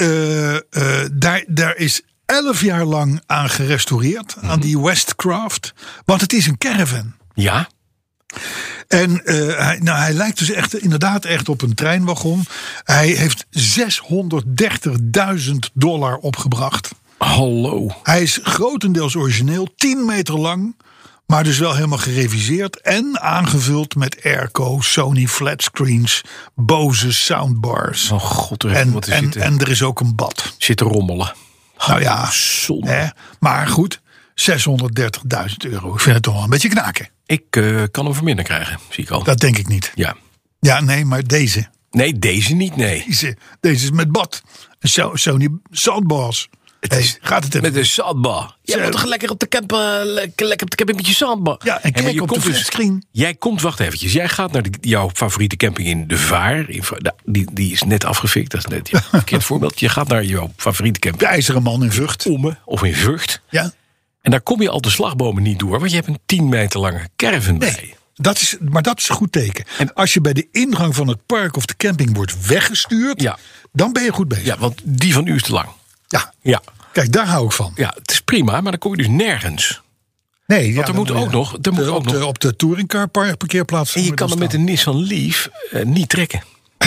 daar is 11 jaar lang aan gerestaureerd. Aan die Westcraft. Want het is een caravan. Ja. En hij lijkt dus inderdaad echt op een treinwagon. Hij heeft $630.000 opgebracht. Hallo. Hij is grotendeels origineel, 10 meter lang. Maar dus wel helemaal gereviseerd. En aangevuld met airco, Sony flatscreens, Bose soundbars. Oh god, en er is ook een bad. Zitten rommelen. Nou ja, zonde. Maar goed, €630.000. Ik vind het toch wel een beetje knaken. Ik kan hem voor minder krijgen, zie ik al. Dat denk ik niet. Ja. Ja, nee, maar deze. Nee, deze niet, nee. Deze is met bad. Sony soundbars. Gaat het even. Met een zandbar. Jij moet toch lekker op de camping met je zandbar. Ja, en kijk op de flatscreen. Jij komt, wacht eventjes. Jij gaat naar jouw favoriete camping in De Vaar. Die is net afgefikt. Dat is net een verkeerd voorbeeld. Je gaat naar jouw favoriete camping. De IJzeren Man in Vught. Omme of in Vught. Ja. En daar kom je al de slagbomen niet door. Want je hebt een 10 meter lange caravan bij. Maar dat is een goed teken. En als je bij de ingang van het park of de camping wordt weggestuurd. Dan ben je goed bezig. Ja, want die van u is te lang. Ja. Kijk, daar hou ik van. Ja, het is prima, maar dan kom je dus nergens. Nee, want er moet ook nog... Op de touringcar parkeerplaats. En je kan hem met een Nissan Leaf niet trekken.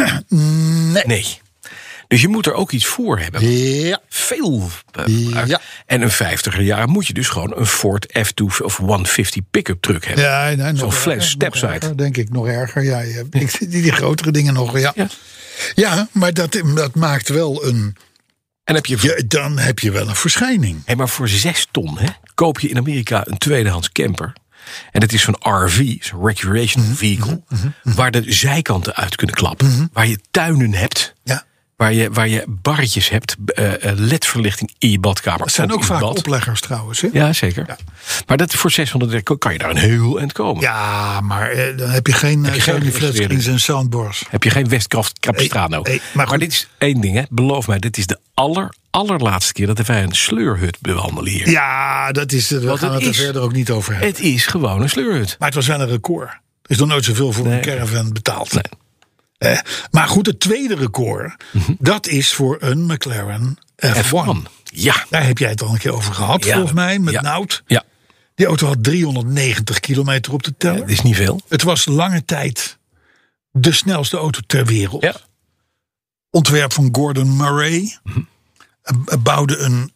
Nee. Dus je moet er ook iets voor hebben. Ja. Veel. En een 50er jaren moet je dus gewoon een Ford F2 of 150 pick-up truck hebben. Ja, zo'n flash stepside. Denk ik nog erger. Ja, die grotere dingen nog. Ja, maar dat maakt wel een... En dan heb je wel een verschijning. Maar voor 6 ton koop je in Amerika een tweedehands camper. En dat is zo'n RV, zo'n recreational vehicle. Waar de zijkanten uit kunnen klappen. Waar je tuinen hebt. Ja. Waar je barretjes hebt. LED-verlichting in je badkamer. Dat zijn ook vaak opleggers trouwens. Hè? Ja, zeker. Ja. Maar voor 600 kan je daar een heel eind komen. Ja, maar dan heb je geen flatscreens en soundbars. Heb je geen Westcraft Capistrano. Maar dit is één ding, beloof mij. Dit is de allerlaatste keer dat wij een sleurhut bewandelen hier. Ja, we gaan het er verder ook niet over hebben. Het is gewoon een sleurhut. Maar het was wel een record. Er is nog nooit zoveel voor een caravan betaald. Nee. Maar goed, het tweede record, dat is voor een McLaren F1. Ja. Daar heb jij het al een keer over gehad, volgens mij, met Nout. Ja. Die auto had 390 kilometer op de teller. Dat is niet veel. Het was lange tijd de snelste auto ter wereld. Ja. Ontwerp van Gordon Murray. bouwde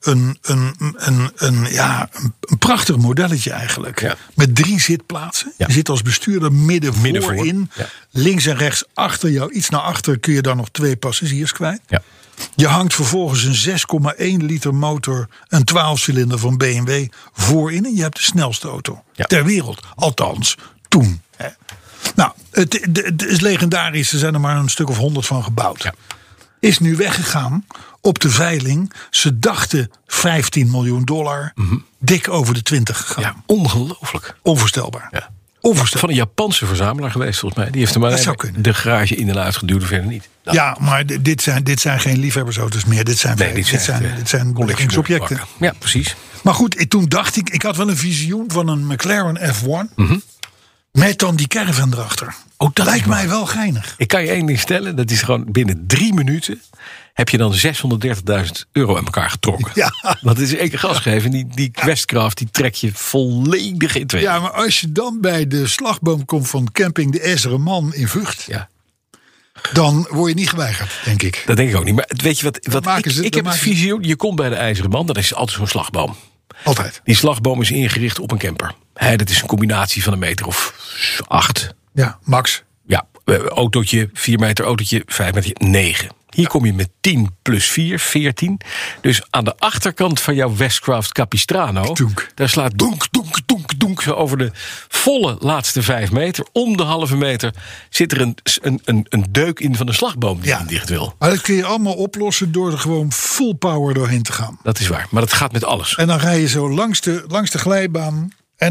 een prachtig modelletje eigenlijk. Ja. Met 3 zitplaatsen. Ja. Je zit als bestuurder midden voor. voorin. Ja. Links en rechts achter jou, iets naar achter, kun je dan nog 2 passagiers kwijt. Ja. Je hangt vervolgens een 6,1 liter motor, een 12-cilinder van BMW voorin. En je hebt de snelste auto ter wereld. Althans, toen. Hè. Nou, het is legendarisch. Er zijn er maar een stuk of 100 van gebouwd. Ja. Is nu weggegaan op de veiling. Ze dachten $15 miljoen. Dik over de 20 gegaan. Ja, ongelooflijk. Onvoorstelbaar. Ja. Onvoorstelbaar. Van een Japanse verzamelaar geweest, volgens mij. Die heeft hem Dat zou maar kunnen. de garage in en uit geduwd, verder niet. Nou, Ja, maar dit zijn geen liefhebbersauto's meer. Dit zijn beleggingsobjecten. Ja, precies. Maar goed, toen dacht ik had wel een visioen van een McLaren F1. Met dan die caravan erachter. Oh, dat lijkt is mij wel geinig. Ik kan je één ding stellen. Dat is gewoon binnen 3 minuten heb je dan €630.000 aan elkaar getrokken. Ja. Dat is één keer gas gegeven. Die Questcraft die trek je volledig in twee. Ja, maar als je dan bij de slagboom komt van camping De IJzeren Man in Vught. Ja. Dan word je niet geweigerd, denk ik. Dat denk ik ook niet. Maar weet je wat maken ze- ik dan heb het maken ze- visioen. Je komt bij de IJzeren Man. Dat is altijd zo'n slagboom. Altijd. Die slagboom is ingericht op een camper. Dat is een combinatie van 1 meter of 8. Ja, max. Ja, autootje, 4 meter, autootje, 5 meter, 9. Hier kom je met 10 plus 4, 14. Dus aan de achterkant van jouw Westcraft Capistrano... Donk. daar slaat donk, donk, donk, donk... zo over de volle laatste 5 meter. Om de halve meter zit er een deuk in van de slagboom die niet dicht wil. Maar dat kun je allemaal oplossen door er gewoon full power doorheen te gaan. Dat is waar, maar dat gaat met alles. En dan rij je zo langs de glijbaan en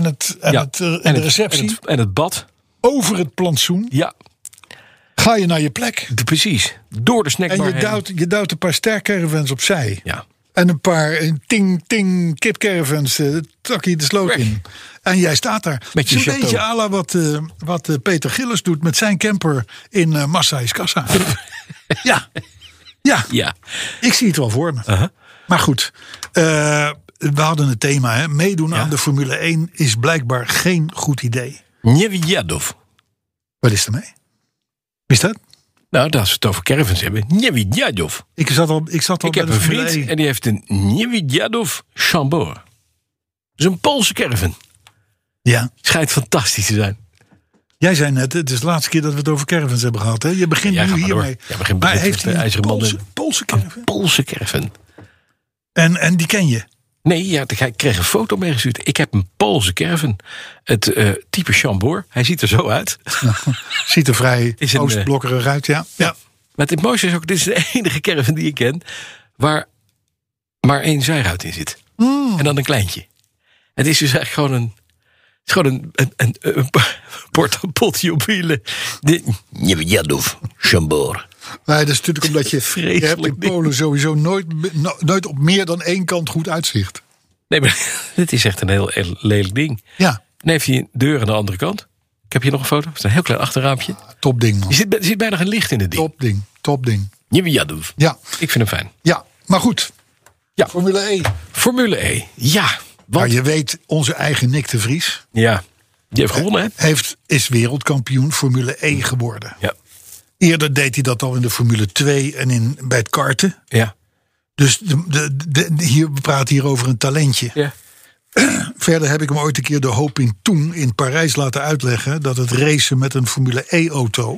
de receptie. En het bad. Over het plantsoen. Ja, Ga je naar je plek. precies. Door de snackbar En je duwt een paar stercaravans opzij. Ja. En een paar ting kipcaravans tak je de sloot Weg. in. En jij staat daar. Met je Het is een chateau. beetje à la wat Peter Gillis doet met zijn camper in Massa is Kassa. Ja. Ja. Ik zie het wel voor me. Maar goed, we hadden het thema. Hè. Meedoen aan de Formule 1 is blijkbaar geen goed idee. Njevidjadov. Wat is er mee? Is dat? Nou, als we het over caravans hebben. Njevidjadov. Ik zat al Ik bij heb de een Formule vriend 1. en die heeft een Njevidjadov Chambord. Dat is een Poolse caravan. Ja. Schijnt fantastisch te zijn. Jij zei net, het is de laatste keer dat we het over caravans hebben gehad. Hè? Je begint Ja, ga nu maar door. hiermee. Ja, begin maar met heeft de hij een IJzeren Man Poolse caravan? Een Poolse caravan. En die ken je? Nee, ja, ik kreeg een foto meegestuurd. Ik heb een Poolse caravan. Het type Chambord. Hij ziet er zo uit. Ziet er vrij Is een, oostblokkerig uit, ja. Maar het mooiste is ook, dit is de enige caravan die ik ken... waar maar 1 zijruit in zit. En dan een kleintje. Het is dus eigenlijk gewoon een potje op wielen. Njevidjadov Chambord. Maar dat is natuurlijk omdat je hebt Vreselijk in Polen sowieso nooit op meer dan 1 kant goed uitzicht. Nee, maar dit is echt een heel lelijk ding. Ja, Dan heeft hij een deur aan de andere kant. Ik heb hier nog een foto. Het is een heel klein achterraampje. topding man. Er zit bijna geen licht in het ding. Topding. Njevidjadov. Ja, Ik vind hem fijn. ja, maar goed. Ja. Formule 1. Formule E. Ja. Maar je weet, onze eigen Nick de Vries Ja. Die heeft gewonnen, hè? is wereldkampioen Formule 1 geworden. Ja. Eerder deed hij dat al in de Formule 2 en bij het karten. Ja. Dus we praten hier over een talentje. Ja. Verder heb ik hem ooit een keer de Hoop in Toen in Parijs laten uitleggen dat het racen met een Formule E-auto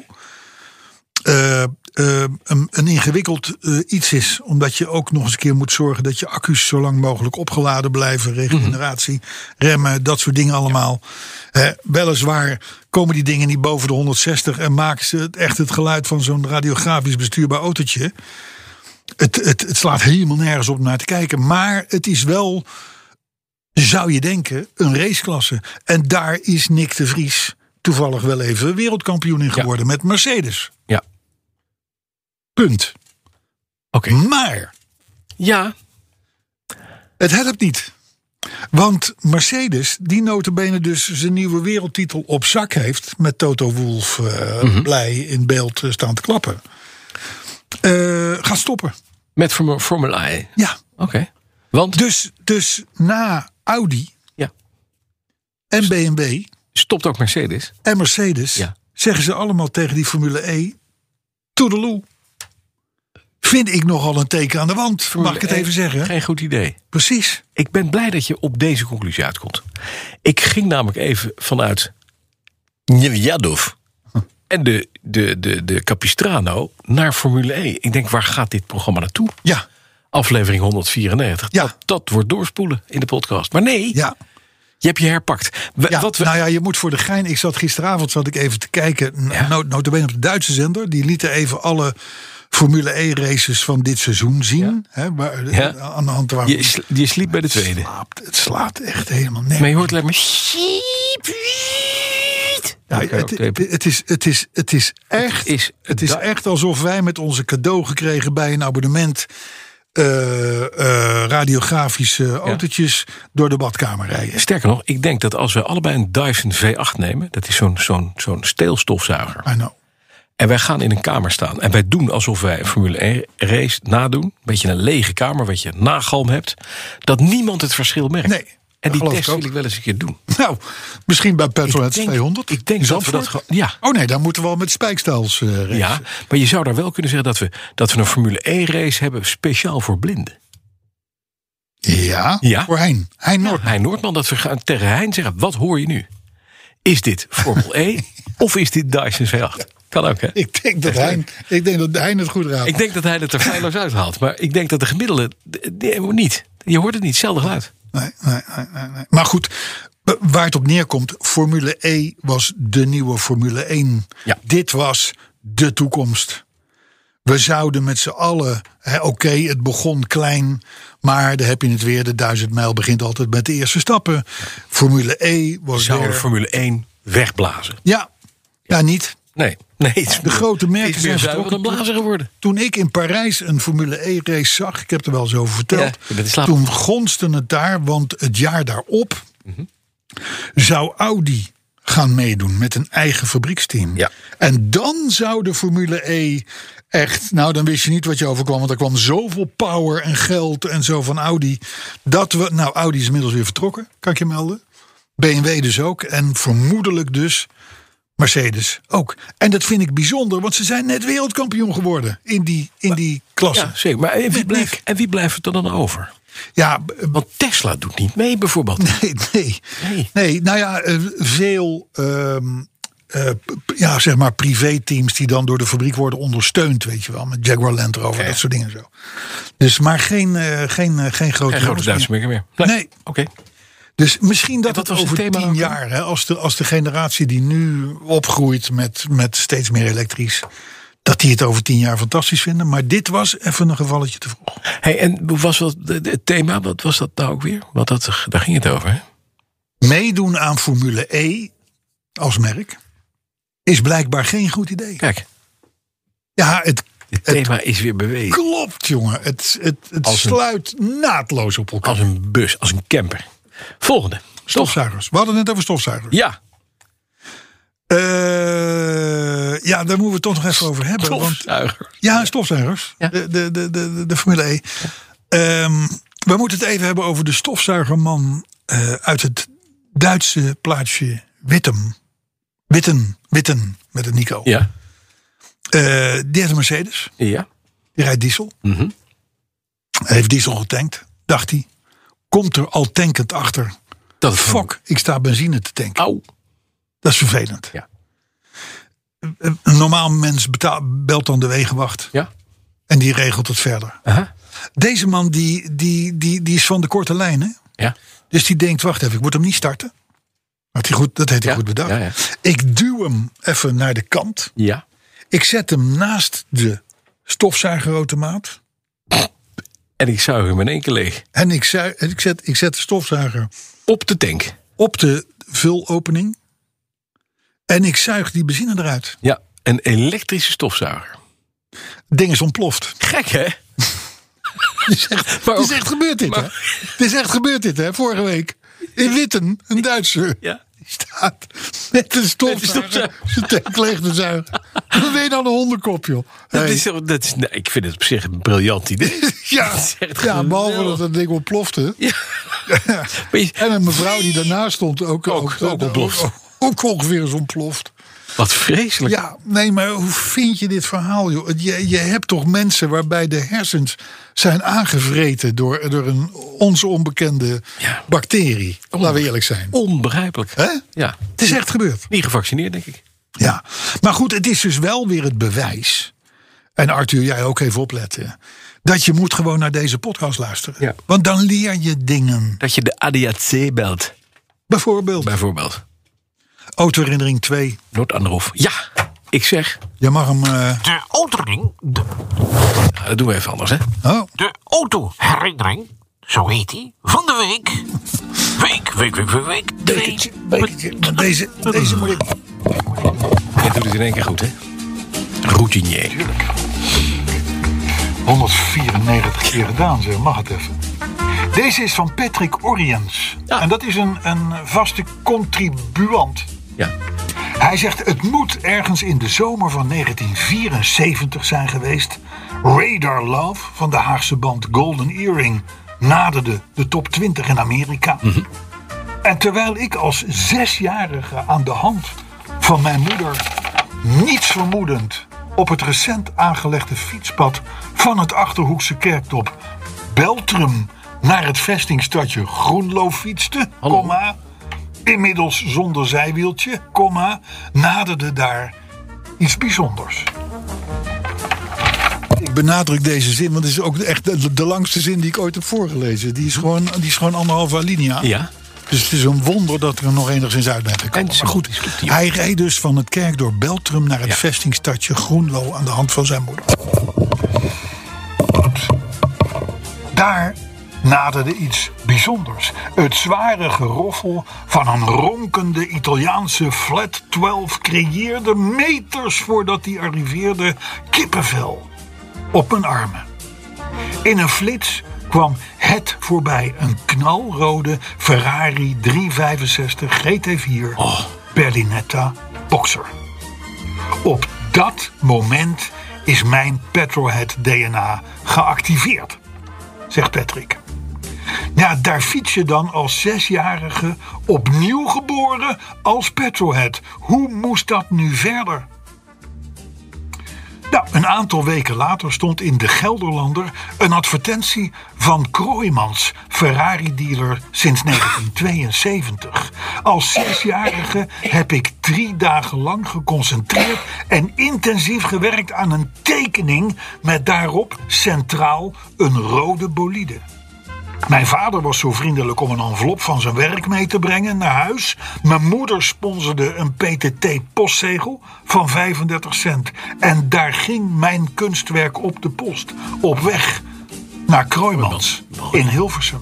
een ingewikkeld iets is. Omdat je ook nog eens een keer moet zorgen dat je accu's zo lang mogelijk opgeladen blijven. Regeneratie, remmen, dat soort dingen allemaal. Weliswaar komen die dingen niet boven de 160 en maken ze echt het geluid van zo'n radiografisch bestuurbaar autootje. Het slaat helemaal nergens op naar te kijken. Maar het is wel, zou je denken, een raceklasse. En daar is Nick de Vries toevallig wel even wereldkampioen in geworden met Mercedes. Ja. Punt. Oké. Maar Ja. het helpt niet. Want Mercedes, die nota-bene dus zijn nieuwe wereldtitel op zak heeft, met Toto Wolff blij in beeld staan te klappen, gaat stoppen. Met Formule E. Ja. Oké. Want? Dus na Audi Ja. en BMW Stopt ook Mercedes. en Mercedes Ja. zeggen ze allemaal tegen die Formule E: toedeloe. vind ik nogal een teken aan de wand. Mag ik het even zeggen? Geen goed idee. Precies. Ik ben blij dat je op deze conclusie uitkomt. Ik ging namelijk even vanuit Njevjadov en de Capistrano naar Formule E. Ik denk, waar gaat dit programma naartoe? Ja. Aflevering 194. Ja. Dat wordt doorspoelen in de podcast. Maar nee, Ja. je hebt je herpakt. Nou ja, je moet voor de gein. Gisteravond even te kijken. Nota bene op de Duitse zender. Die lieten even alle Formule E races van dit seizoen zien. Ja. Hè, aan de hand waar Je sliep bij de tweede. Het slaat echt helemaal nergens. Maar je hoort alleen maar... Ja, het is echt alsof wij met onze cadeau gekregen bij een abonnement radiografische autootjes door de badkamer rijden. Sterker nog, ik denk dat als we allebei een Dyson V8 nemen, dat is zo'n steelstofzuiger. I know. En wij gaan in een kamer staan en wij doen alsof wij een Formule 1 race nadoen. Een beetje een lege kamer, wat je nagalm hebt. Dat niemand het verschil merkt. Nee. En die geloof test ik ook. wil ik wel eens een keer doen. Nou, misschien bij Petrolheads 200. Ik denk dat we dat gewoon... Ja. Oh nee, dan moeten we al met spijkstels racen. Ja, maar je zou daar wel kunnen zeggen dat we een Formule 1 race hebben speciaal voor blinden. Ja, Ja. voor Hein Noordman. Hein Noordman, dat we gaan tegen Hein zeggen, wat hoor je nu? Is dit Formule E of is dit Dyson V8? Kan ook, hè? Ik denk dat Hein het goed raadt. Ik denk dat hij het er feilloos uithaalt. Maar ik denk dat de gemiddelde niet. Je hoort het niet, hetzelfde geluid. Nee. Maar goed, waar het op neerkomt, Formule E was de nieuwe Formule 1. Ja. Dit was de toekomst. We zouden met z'n allen, oké, het begon klein, maar daar heb je het weer, de 1000 mijl begint altijd met de eerste stappen. Formule E was Zouden weer... Formule 1 wegblazen? Ja, niet. Nee. De grote merken zijn zijn zuiver dan vertrokken. blazen geworden. Toen ik in Parijs een Formule E race zag, ik heb er wel eens over verteld. Ja, je bent in slaap. Toen gonste het daar, want het jaar daarop zou Audi gaan meedoen met een eigen fabrieksteam. Ja. En dan zou de Formule E echt, nou dan wist je niet wat je overkwam, want er kwam zoveel power en geld en zo van Audi. Audi is inmiddels weer vertrokken, kan ik je melden. BMW dus ook en vermoedelijk dus Mercedes ook. En dat vind ik bijzonder, want ze zijn net wereldkampioen geworden in die klasse. Ja, zeker. Maar wie blijft er dan over? Ja, Want Tesla doet niet mee, bijvoorbeeld. Nee. Nou ja, veel zeg maar privéteams die dan door de fabriek worden ondersteund, weet je wel, met Jaguar Land Rover, dat soort dingen zo. Dus maar geen grote Geen grote Duitse merken meer. Nee. Oké. Dus misschien dat wat het was het over thema 10 ook? jaar, hè, als de generatie die nu opgroeit met steeds meer elektrisch, dat die het over 10 jaar fantastisch vinden. Maar dit was even een gevalletje te vroeg. Hey, en hoe was het thema? Wat was dat nou ook weer? Daar ging het over, hè? Meedoen aan Formule E als merk is blijkbaar geen goed idee. Kijk, Ja, het thema is weer bewezen. klopt, jongen. Het sluit naadloos op elkaar. Als een bus, als een camper. Volgende. Stofzuigers. We hadden het net over stofzuigers. Ja. Ja, daar moeten we het toch nog even over hebben. Stofzuiger. Ja, stofzuigers. Ja. De Formule E. We moeten het even hebben over de stofzuigerman uit het Duitse plaatsje Witten, met een Nico. Ja. Die heeft een Mercedes. Ja. Die rijdt diesel. Mhm. Hij heeft diesel getankt, dacht hij. Komt er al tankend achter. Dat is Fuck, ik sta benzine te tanken. Au. Dat is vervelend. Ja. Een normaal mens belt dan de wegenwacht. Ja. En die regelt het verder. Aha. Deze man die is van de korte lijn. Hè? Ja. Dus die denkt, wacht even, ik moet hem niet starten. Dat heeft hij goed bedacht. Ja. Ik duw hem even naar de kant. Ja. Ik zet hem naast de stofzuigerautomaat. En ik zuig hem in één keer leeg. En ik zet de stofzuiger Op de tank. op de vulopening. En ik zuig die benzine eruit. Ja. Een elektrische stofzuiger. Het ding is ontploft. Gek, hè? Het is echt gebeurd dit, hè? Het is echt gebeurd dit, hè? Vorige week. In Witten, een Duitser. Ja. Die staat met een stofzuiger zijn tank leeg te zuigen. Dan ben je dan een hondenkop, joh. Hey. Ik vind het op zich een briljant idee. Ja, Dat is echt ja, behalve geweldig. dat het ding ontplofte. Ja. Maar je- En een mevrouw die daarnaast stond ook ontploft. ook ongeveer is ontploft. Wat vreselijk. Ja, nee, maar hoe vind je dit verhaal, joh? Je hebt toch mensen waarbij de hersens zijn aangevreten door een ons onbekende bacterie. Laten we eerlijk zijn. Onbegrijpelijk. Hè? Ja. Het is echt gebeurd. Niet gevaccineerd, denk ik. Ja, maar goed, het is dus wel weer het bewijs. En Arthur, jij ook even opletten. Dat je moet gewoon naar deze podcast luisteren. Ja. Want dan leer je dingen. Dat je de ADAC belt. Bijvoorbeeld. Autoherinnering 2. Noordanroof. Ja, ik zeg. Je mag hem... De autoherinnering. Ja, dat doen we even anders, hè? Oh, De autoherinnering. Zo heet hij. Van de week. Week. bekertje. Maar deze moet ik... Je doet het in één keer goed, hè? Routinier. 194 keer gedaan, zeg. Mag het even. Deze is van Patrick Oriens. Ja. En dat is een vaste contribuant. Ja. Hij zegt, het moet ergens in de zomer van 1974 zijn geweest. Radar Love van de Haagse band Golden Earring naderde de top 20 in Amerika. Mm-hmm. En terwijl ik als 6-jarige aan de hand van mijn moeder, niets vermoedend, op het recent aangelegde fietspad van het Achterhoekse kerkdorp Beltrum naar het vestingstadje Groenlo fietste, inmiddels zonder zijwieltje, naderde daar iets bijzonders. Ik benadruk deze zin, want het is ook echt de langste zin die ik ooit heb voorgelezen. Die is gewoon 1,5 alinea. Ja. Dus het is een wonder dat er nog enigszins uit bent gekomen. Maar goed, hij reed dus van het kerkdorp Beltrum naar het vestingstadje Groenlo aan de hand van zijn moeder. Daar naderde iets bijzonders. Het zware geroffel van een ronkende Italiaanse flat 12 creëerde meters voordat hij arriveerde kippenvel op mijn armen. In een flits kwam het voorbij, een knalrode Ferrari 365 GT4 Berlinetta Boxer. Op dat moment is mijn Petrolhead DNA geactiveerd, zegt Patrick. Ja, daar fiets je dan als 6-jarige opnieuw geboren als Petrolhead. Hoe moest dat nu verder? Nou, een aantal weken later stond in de Gelderlander een advertentie van Kroijmans, Ferrari-dealer sinds 1972. Als 6-jarige heb ik 3 dagen lang geconcentreerd en intensief gewerkt aan een tekening met daarop centraal een rode bolide. Mijn vader was zo vriendelijk om een envelop van zijn werk mee te brengen naar huis. Mijn moeder sponsorde een PTT-postzegel van 35 cent. En daar ging mijn kunstwerk op de post. Op weg naar Kroijmans in Hilversum.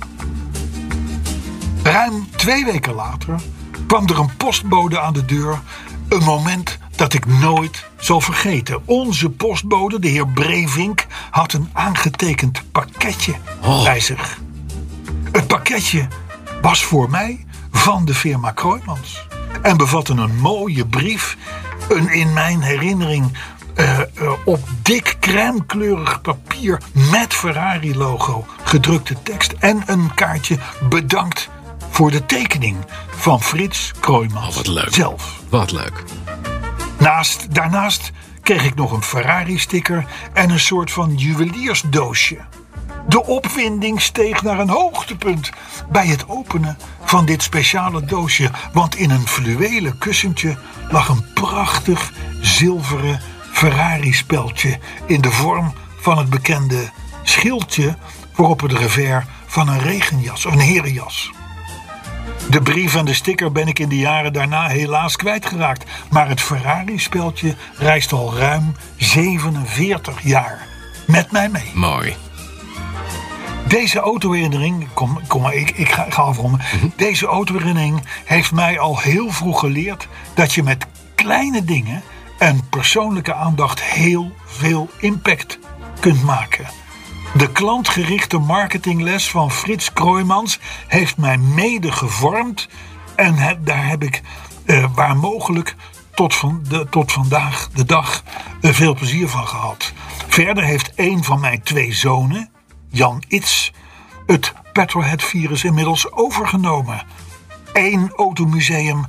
Ruim 2 weken later kwam er een postbode aan de deur. Een moment dat ik nooit zal vergeten. Onze postbode, de heer Brevink, had een aangetekend pakketje bij zich. Het pakketje was voor mij van de firma Kroijmans. En bevatte een mooie brief. Een in mijn herinnering op dik crèmekleurig papier met Ferrari-logo gedrukte tekst. En een kaartje bedankt voor de tekening van Frits Kroijmans wat leuk. zelf. Wat leuk. Daarnaast kreeg ik nog een Ferrari-sticker en een soort van juweliersdoosje. De opwinding steeg naar een hoogtepunt bij het openen van dit speciale doosje. Want in een fluwelen kussentje lag een prachtig zilveren Ferrari-speldje in de vorm van het bekende schildje voorop het revers van een regenjas of een herenjas. De brief en de sticker ben ik in de jaren daarna helaas kwijtgeraakt. Maar het Ferrari-speldje reist al ruim 47 jaar met mij mee. Mooi. Deze autoherinnering, ik ga afronden. Deze autoherinnering heeft mij al heel vroeg geleerd dat je met kleine dingen en persoonlijke aandacht heel veel impact kunt maken. De klantgerichte marketingles van Frits Kroijmans heeft mij mede gevormd en daar heb ik waar mogelijk tot vandaag de dag veel plezier van gehad. Verder heeft een van mijn 2 zonen, Jan Its, het Petrolhead-virus inmiddels overgenomen. 1 automuseum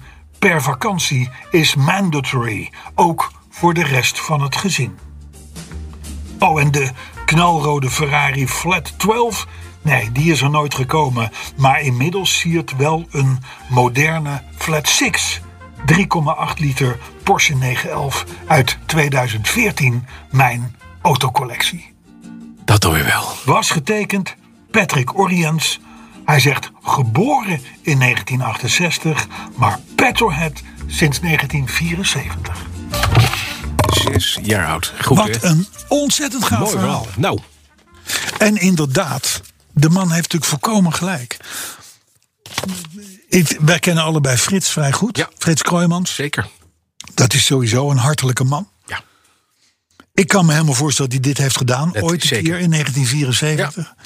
per vakantie is mandatory, ook voor de rest van het gezin. Oh, en de knalrode Ferrari Flat 12, nee, die is er nooit gekomen. Maar inmiddels siert wel een moderne Flat 6, 3,8 liter Porsche 911 uit 2014 mijn autocollectie. Dat doe je wel. Was getekend Patrick Oriens. Hij zegt geboren in 1968, maar petrolhead sinds 1974. 6 jaar oud. Goed, Wat hè? een ontzettend gaaf Mooi verhaal. verhaal. Nou, En inderdaad, de man heeft natuurlijk volkomen gelijk. Wij kennen allebei Frits vrij goed. Ja. Frits Kroijmans. zeker. Dat is sowieso een hartelijke man. Ja. Ik kan me helemaal voorstellen dat hij dit heeft gedaan. Dat ooit een zeker. keer in 1974.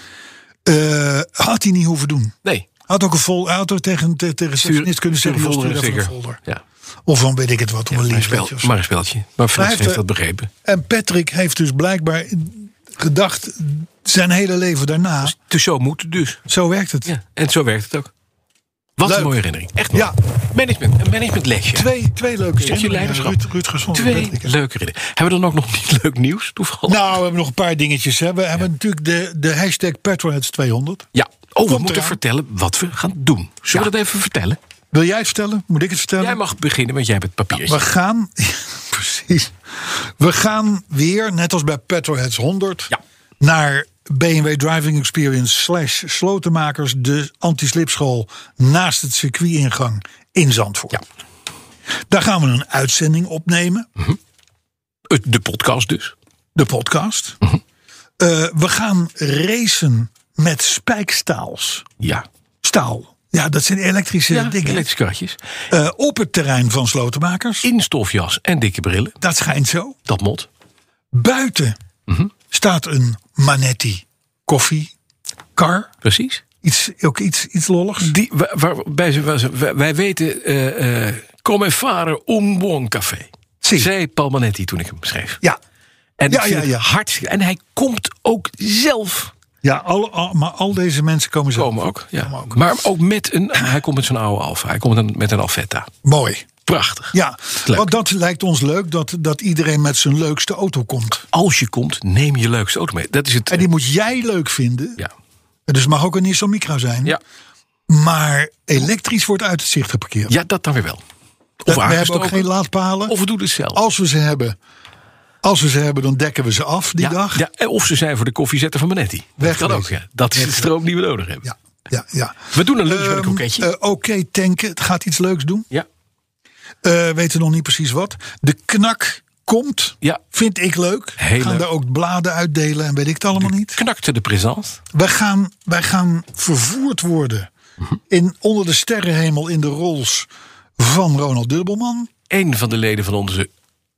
Had hij niet hoeven doen. Nee. Had ook een vol auto tegen receptionist kunnen zeggen. Stuur even een folder. Ja. Of van weet ik het wat. Om een Maar liefdetje of zo. een speltje. Maar Frits heeft, heeft dat begrepen. En Patrick heeft dus blijkbaar gedacht zijn hele leven daarna. Dus zo moet het dus. Zo werkt het. Ja. En zo werkt het ook. Wat Leuk. een mooie herinnering. Echt mooi. Ja. Een managementlesje. Twee leuke Stukje leiderschap. Ruud Gezond en 2 Patrick, hè. leuke herinneringen. Hebben we dan ook nog niet leuk nieuws toevallig? Nou, we hebben nog een paar dingetjes. Hè. We hebben natuurlijk de hashtag Petrolheads 200. Ja. Oh, we Komt moeten eraan. vertellen wat we gaan doen. Zullen we dat even vertellen? Wil jij het vertellen? Moet ik het vertellen? Jij mag beginnen, want jij hebt het papiertje. We gaan, precies. We gaan weer, net als bij Petrolheads 100, Ja. naar BMW Driving Experience / Slotenmakers, de anti-slipschool naast het circuitingang in Zandvoort. Ja. Daar gaan we een uitzending opnemen, De podcast dus. de podcast. We gaan racen met spijkstaals. Ja. Staal. Ja, dat zijn elektrische dingen. elektrische karretjes. Op het terrein van Slotenmakers. In stofjas en dikke brillen. Dat schijnt zo. Dat mot. Buiten staat een Manetti koffiekar. Precies. Iets lolligs. Die, wij weten, come fare un buon café. Sì. Zei Paul Manetti toen ik hem schreef. Ja, En Ja, ik vind ja. het hartstikke. En hij komt ook zelf. ja maar al deze mensen komen zo. Komen ook. Ja. Maar ook met een. Hij komt met zo'n oude Alfa. Hij komt met een Alfetta. Mooi. Prachtig. Ja, Leuk. want dat lijkt ons leuk dat iedereen met zijn leukste auto komt. Als je komt, neem je leukste auto mee. Dat is het. En die moet jij leuk vinden. Ja. Dus het mag ook een Nissan Micra zijn. Ja. Maar elektrisch wordt uit het zicht geparkeerd. Ja, dat dan weer wel. we hebben ook aangestoken. geen laadpalen. Of we doen het zelf. Als we ze hebben, dan dekken we ze af die dag. Ja, of ze zijn voor de koffiezetter van Manetti. Dat kan ook. Wegwezen. Ja. Dat is de stroom die we nodig hebben. Ja. We doen een lunch met een kroketje. Oké, tanken. Het gaat iets leuks doen. Ja. Weten nog niet precies wat. De knak komt. Ja. Vind ik leuk. Heel We gaan leuk. daar ook bladen uitdelen en weet ik het allemaal niet. Knakte de présence. Wij gaan vervoerd worden onder de sterrenhemel in de Rolls van Ronald Dubbelman. Een van de leden van onze.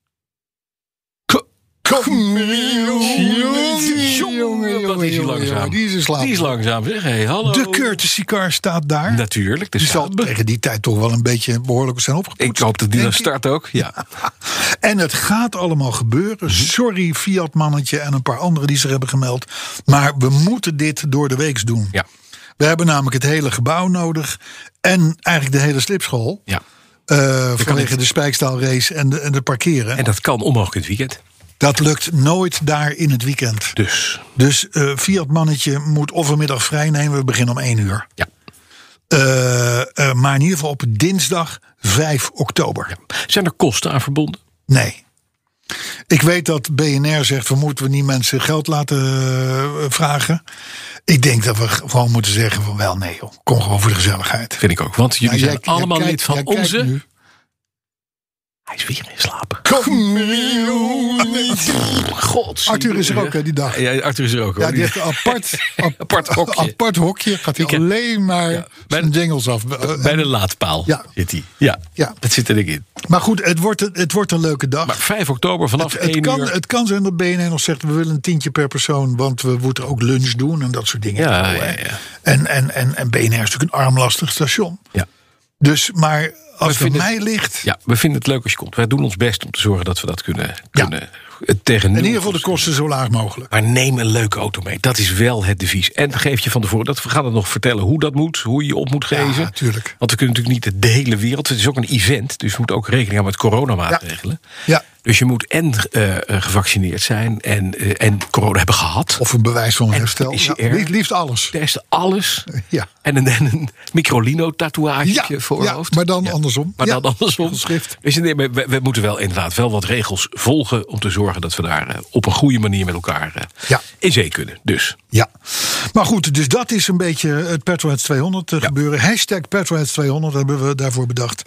Jongen, wat is hij langzaam. Die is in slaap. Die is langzaam, zeg. Hey, hallo. De courtesy car staat daar. Natuurlijk. Die zal tegen die tijd toch wel een beetje behoorlijk zijn opgepoetst. Ik hoop dat die dan denk ik. start ook. Ja. En het gaat allemaal gebeuren. Sorry, Fiat-mannetje en een paar anderen die zich hebben gemeld. Maar we moeten dit door de weeks doen. Ja. We hebben namelijk het hele gebouw nodig. En eigenlijk de hele slipschool. Ja. Vanwege de spijkstaalrace en de parkeren. En dat kan onmogelijk in het weekend. Dat lukt nooit daar in het weekend. Dus. Fiat-mannetje moet of een middag vrij nemen. We beginnen om 1 uur. Ja. Maar in ieder geval op dinsdag 5 oktober. Ja. Zijn er kosten aan verbonden? Nee. Ik weet dat BNR zegt, we moeten niet mensen geld laten vragen. Ik denk dat we gewoon moeten zeggen van wel nee joh. Kom gewoon voor de gezelligheid. Vind ik ook. Want jullie Ja, zijn allemaal lid van onze. Nu. Hij is weer in slaap. God. Arthur is er ook hè, die dag. Ja, Arthur is er ook. Ja, hoor. die heeft een apart hokje. Gaat hij alleen maar zijn jingles af. Bij de laadpaal zit hij. Ja, dat zit er in. Maar goed, het wordt een leuke dag. Maar 5 oktober vanaf 1 uur. Het kan zijn dat BNR nog zegt, we willen een tientje per persoon. Want we moeten ook lunch doen en dat soort dingen. Ja. En BNR is natuurlijk een armlastig station. Ja. Dus, maar als het mij ligt. Ja, we vinden het leuk als je komt. Wij doen ons best om te zorgen dat we dat kunnen tegen In ieder geval de kosten zo laag mogelijk. Maar neem een leuke auto mee. Dat is wel het devies. En geef je van tevoren. We gaan het nog vertellen hoe dat moet. Hoe je op moet geven. Ja, natuurlijk. Want we kunnen natuurlijk niet de hele wereld. Het is ook een event. Dus we moeten ook rekening houden met coronamaatregelen. Ja. Dus je moet gevaccineerd zijn. En corona hebben gehad. Of een bewijs van herstel. Liefst alles. Testen alles. Ja. En een microlino-tatoeage voor je hoofd. Maar dan andersom. Maar dan andersom. Schrift. Dus we moeten wel inderdaad wel wat regels volgen om te zorgen dat we daar op een goede manier met elkaar in zee kunnen. Dus. Ja, maar goed, dus dat is een beetje het Petrolheads 200 gebeuren. Hashtag Petrolheads 200 hebben we daarvoor bedacht.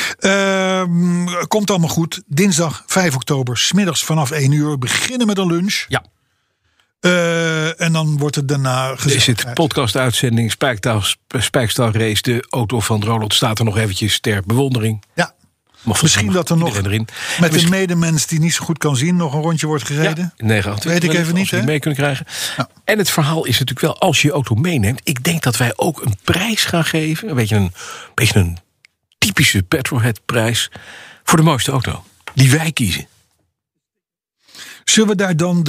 Komt allemaal goed. Dinsdag 5 oktober, 's middags vanaf 1 uur. Beginnen met een lunch. Ja. En dan wordt het daarna gezegd. Is het podcast-uitzending, Spijkstal-race, de auto van Roland staat er nog eventjes ter bewondering. Ja. Misschien dat er nog met een medemens die niet zo goed kan zien nog een rondje wordt gereden. Ja, 9-8. Weet ik even niet. Hè? Mee kunnen krijgen. Ja. En het verhaal is natuurlijk wel, als je je auto meeneemt. Ik denk dat wij ook een prijs gaan geven. Een beetje een typische Petrolhead-prijs voor de mooiste auto. Die wij kiezen. Zullen we daar dan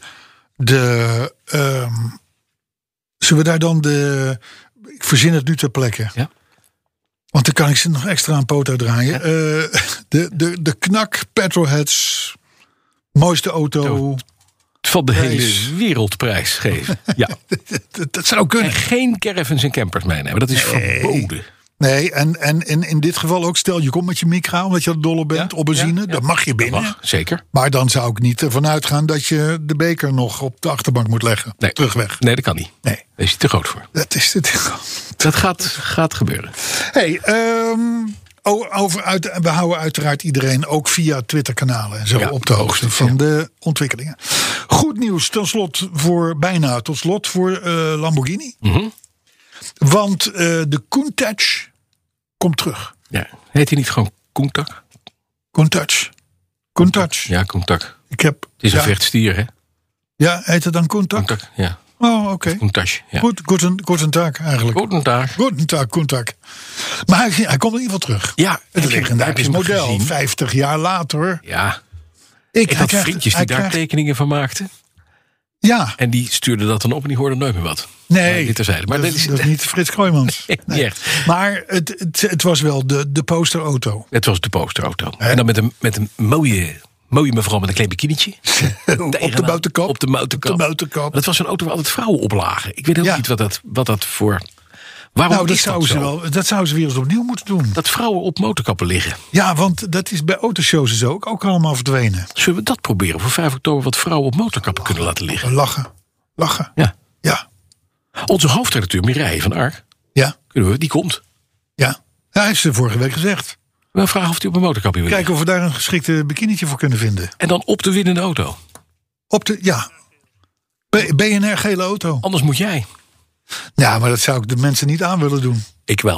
ik verzin het nu ter plekke. Ja. Want dan kan ik ze nog extra een poot uitdraaien. Ja. De Knak Petrolheads mooiste auto van de hele wereldprijs geven. Ja. Dat zou kunnen. En geen caravans en campers meenemen. Dat is verboden. Nee, en in dit geval ook, stel je komt met je micra omdat je er dol op bent, op benzine, dan mag je binnen. Mag, zeker. Maar dan zou ik niet ervan uitgaan dat je de beker nog op de achterbank moet leggen. Nee. Terugweg. Nee, dat kan niet. Nee. Daar is hij te groot voor. Dat gaat gebeuren. Hey, we houden uiteraard iedereen ook via Twitter-kanalen en zo op de hoogte van de ontwikkelingen. Goed nieuws tot slot voor Lamborghini. Mm-hmm. Want de Countach komt terug. Ja. Heet hij niet gewoon Countach? Countach. Ja, Countach. Het is een vechtstier, hè? Ja, heet het dan Countach? Countach, ja. Oh, oké. Countach, ja. Countach eigenlijk. Countach. Maar hij komt in ieder geval terug. Ja. Het legendarisch model, gezien? 50 jaar later. Ja. Ik had vriendjes die daar tekeningen van maakten. Ja. En die stuurden dat dan op en die hoorden nooit meer wat. Nee, dit terzijde. Maar dat is niet Frits Kroijmans. Nee, niet echt. Maar het was wel de posterauto. Het was de posterauto. En dan met een mooie mevrouw met een klein bikinietje. Op de motorkap. Op de motorkap. Dat was een auto waar altijd vrouwen op lagen. Ik weet ook niet wat dat voor... Waarom dat zouden ze weer eens opnieuw moeten doen. Dat vrouwen op motorkappen liggen. Ja, want dat is bij autoshows en zo ook allemaal verdwenen. Zullen we dat proberen voor 5 oktober wat vrouwen op motorkappen kunnen laten liggen? Lachen. Ja. Onze hoofdredacteur Mireille van Ark. Ja. Die komt. Ja. Hij heeft ze vorige week gezegd. We vragen of hij op een motorkapje wil. Kijken of we daar een geschikte bikinietje voor kunnen vinden. En dan op de winnende auto. BNR gele auto. Anders moet jij. Ja, maar dat zou ik de mensen niet aan willen doen. Ik wel.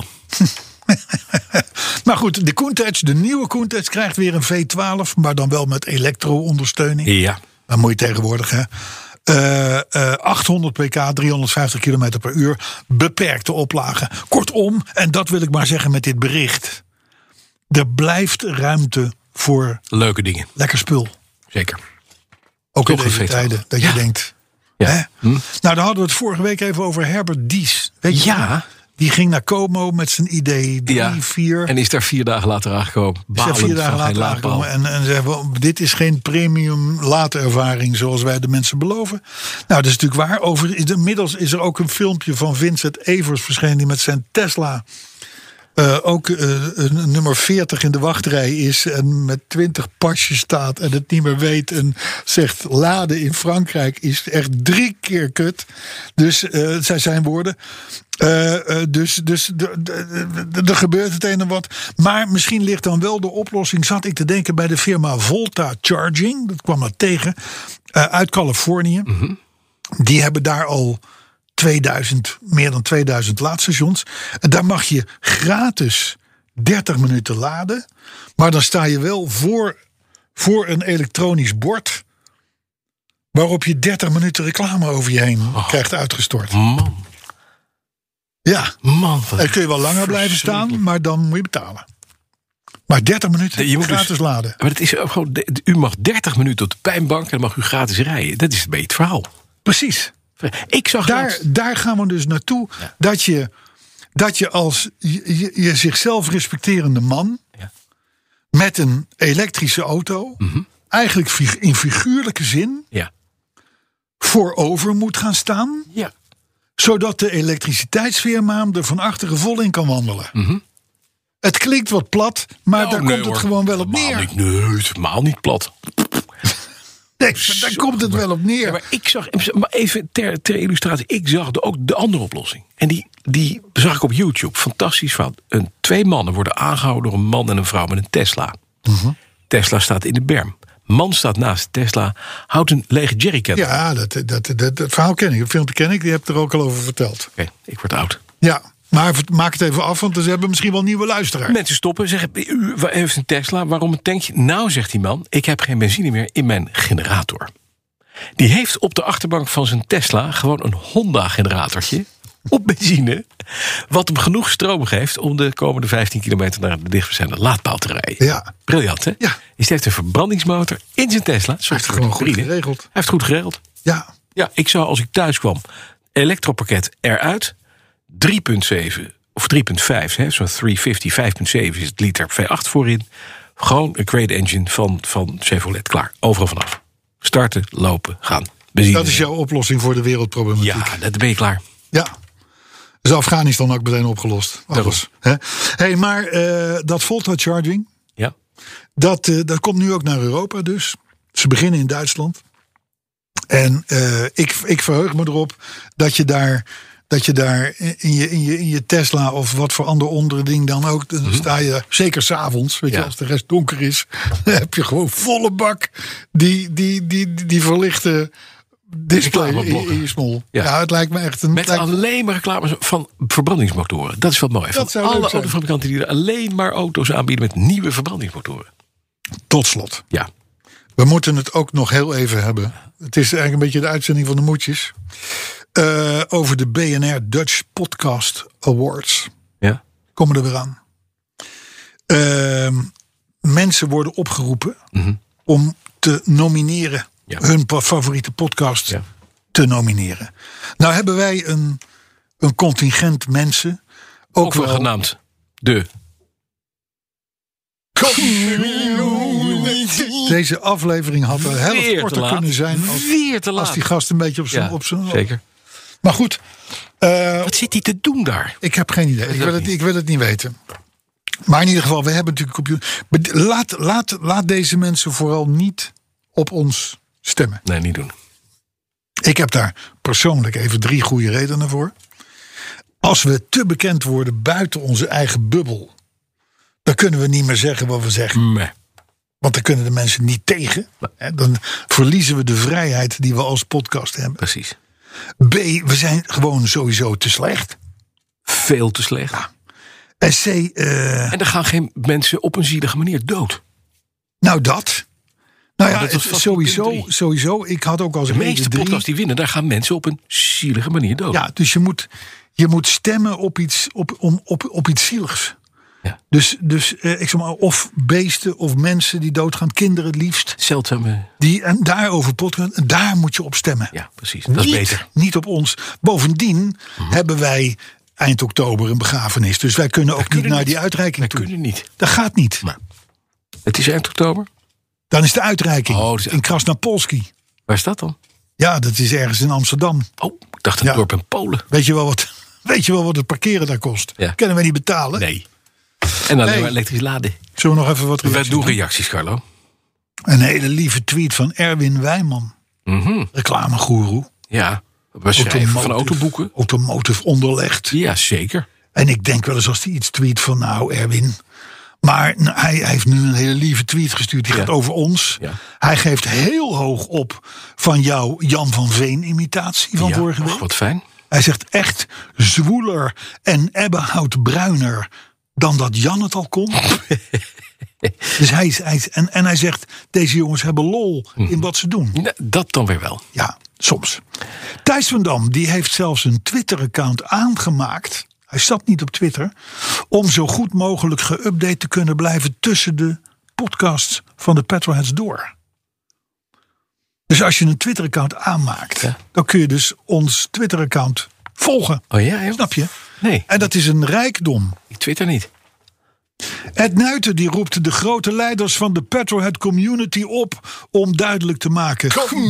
Maar goed, de Countach, de nieuwe Countach krijgt weer een V12, maar dan wel met elektro-ondersteuning. Ja. Dat moet je tegenwoordig, hè. 800 pk, 350 km per uur, beperkte oplagen. Kortom, en dat wil ik maar zeggen met dit bericht. Er blijft ruimte voor leuke dingen. Lekker spul. Zeker. Ook in deze tijden, dat je denkt... Ja. Nou, daar hadden we het vorige week even over Herbert Dies. Weet je? Ja. Die ging naar Como met zijn idee 3-4. En is daar 4 dagen later aangekomen. En zeggen, dit is geen premium laadervaring zoals wij de mensen beloven. Nou, dat is natuurlijk waar. Inmiddels is er ook een filmpje van Vincent Evers verschenen die met zijn Tesla... nummer 40 in de wachtrij is en met 20 pasjes staat en het niet meer weet en zegt laden in Frankrijk is echt 3 keer kut. Dus zij zijn woorden. Dus er gebeurt het een en wat. Maar misschien ligt dan wel de oplossing, zat ik te denken bij de firma Volta Charging. Dat kwam dat tegen. Uit Californië. Mm-hmm. Die hebben daar al meer dan 2000 laadstations. En daar mag je gratis 30 minuten laden. Maar dan sta je wel voor een elektronisch bord waarop je 30 minuten reclame over je heen krijgt uitgestort. Man. Ja. Man. En kun je wel langer blijven staan, maar dan moet je betalen. Maar 30 minuten Je moet gratis dus laden. Maar het is gewoon, u mag 30 minuten op de pijnbank en dan mag u gratis rijden. Dat is een beetje het verhaal. Precies. Ik zag Daar gaan we dus naartoe. Ja. Dat je als je zichzelf respecterende man... Ja. met een elektrische auto... eigenlijk in figuurlijke zin... Ja. voorover moet gaan staan... Ja. zodat de elektriciteitsfirma hem er van achteren vol in kan wandelen. Het klinkt wat plat, maar daar komt het gewoon wel op neer. Helemaal niet plat. Nee, maar daar komt het wel op neer. Ja, maar ik zag, maar even ter illustratie, ik zag ook de andere oplossing. En die zag ik op YouTube. Fantastisch verhaal. 2 mannen worden aangehouden door een man en een vrouw met een Tesla. Tesla staat in de berm. Man staat naast Tesla, houdt een lege jerrycan. Ja, dat verhaal ken ik. Dat filmpje ken ik, die heb ik er ook al over verteld. Oké, ik word oud. Ja, maar maak het even af, want ze hebben misschien wel nieuwe luisteraars. Mensen stoppen, zeggen, u heeft een Tesla, waarom een tankje? Nou, zegt die man, ik heb geen benzine meer in mijn generator. Die heeft op de achterbank van zijn Tesla gewoon een Honda-generatortje op benzine, wat hem genoeg stroom geeft om de komende 15 kilometer naar de dichtstbijzijnde laadpaal te rijden. Ja. Briljant, hè? Ja. Dus hij heeft een verbrandingsmotor in zijn Tesla. Hij heeft gewoon goed geregeld. Hij heeft goed geregeld. Ja. Ja, ik zou als ik thuis kwam, elektropakket eruit, 3,7 of 3,5, zo'n 350, 5,7 is het liter V8 voorin. Gewoon een crate engine van Chevrolet, klaar. Overal vanaf. Starten, lopen, gaan. Benzine. Dat is jouw oplossing voor de wereldproblematiek. Ja, dat ben je klaar. Ja. Dus Afghanistan ook meteen opgelost. Alles. Hey, maar dat Volta Charging, Ja. dat komt nu ook naar Europa dus. Ze beginnen in Duitsland. En ik verheug me erop dat je daar in je Tesla of wat voor ander onderding dan ook, dan sta je, zeker 's avonds, weet je, als de rest donker is, dan heb je gewoon volle bak die verlichte display in je smol. Ja, het lijkt me echt een... Met alleen maar reclames van verbrandingsmotoren. Dat is wat mooi. Dat van zou alle leuk zijn. autofabrikanten die er alleen maar auto's aanbieden met nieuwe verbrandingsmotoren. Tot slot. Ja. We moeten het ook nog heel even hebben. Het is eigenlijk een beetje de uitzending van de moedjes. Over de BNR Dutch Podcast Awards. Ja. Komen er weer aan. Mensen worden opgeroepen om te nomineren. Ja. Hun favoriete podcast te nomineren. Nou hebben wij een contingent mensen. Ook wel wel genaamd de... Deze aflevering had de helft korter kunnen zijn als die gast een beetje op zijn zeker. Maar goed. Wat zit hij te doen daar? Ik heb geen idee. Ik wil het niet weten. Maar in ieder geval, we hebben natuurlijk laat deze mensen vooral niet op ons stemmen. Nee, niet doen. Ik heb daar persoonlijk even 3 goede redenen voor. Als we te bekend worden buiten onze eigen bubbel, dan kunnen we niet meer zeggen wat we zeggen. Nee. Want dan kunnen de mensen niet tegen. Dan verliezen we de vrijheid die we als podcast hebben. Precies. B, we zijn gewoon sowieso te slecht. Veel te slecht. Ja. En C... En er gaan geen mensen op een zielige manier dood. Nou, dat. Nou ja, dat was vast sowieso. Ik had ook als de meeste podcasts die winnen, daar gaan mensen op een zielige manier dood. Ja, dus je moet stemmen op iets zieligs. Ja. Dus ik zeg maar, of beesten of mensen die doodgaan, kinderen het liefst. Zeldzame. En daarover podcast, daar moet je op stemmen. Ja, precies. Dat is beter. Niet op ons. Bovendien hebben wij eind oktober een begrafenis. Dus wij kunnen ook niet naar die uitreiking toe. Wij kunnen niet. Dat gaat niet. Maar het is eind oktober. Dan is de uitreiking Dus in Krasnapolski. Waar is dat dan? Ja, dat is ergens in Amsterdam. Oh, ik dacht een dorp in Polen. Weet je wel wat het parkeren daar kost? Ja. Kunnen wij niet betalen? Nee. En dan alleen maar elektrisch laden. Zullen we nog even wat reacties doen? Reacties, Carlo. Een hele lieve tweet van Erwin Wijman. Reclamegoeroe. Ja, beschrijven van autoboeken. Automotive onderlegd. Ja, zeker. En ik denk wel eens als hij iets tweet van nou Erwin. Maar hij heeft nu een hele lieve tweet gestuurd. Die gaat over ons. Ja. Hij geeft heel hoog op van jouw Jan van Veen imitatie van vorige week. Wat fijn. Hij zegt echt zwoeler en ebbenhout bruiner dan dat Jan het al kon. Dus hij zegt, deze jongens hebben lol in wat ze doen. Ja, dat dan weer wel. Ja, soms. Thijs van Dam, die heeft zelfs een Twitter-account aangemaakt. hij staat niet op Twitter, om zo goed mogelijk geüpdate te kunnen blijven tussen de podcasts van de Petrolheads door. Dus als je een Twitter-account aanmaakt, dan kun je dus ons Twitter-account volgen. Oh ja, joh. Snap je? Nee. En dat is een rijkdom. Ik Twitter niet. Ed Nuiten die roept de grote leiders van de Petrolhead community op om duidelijk te maken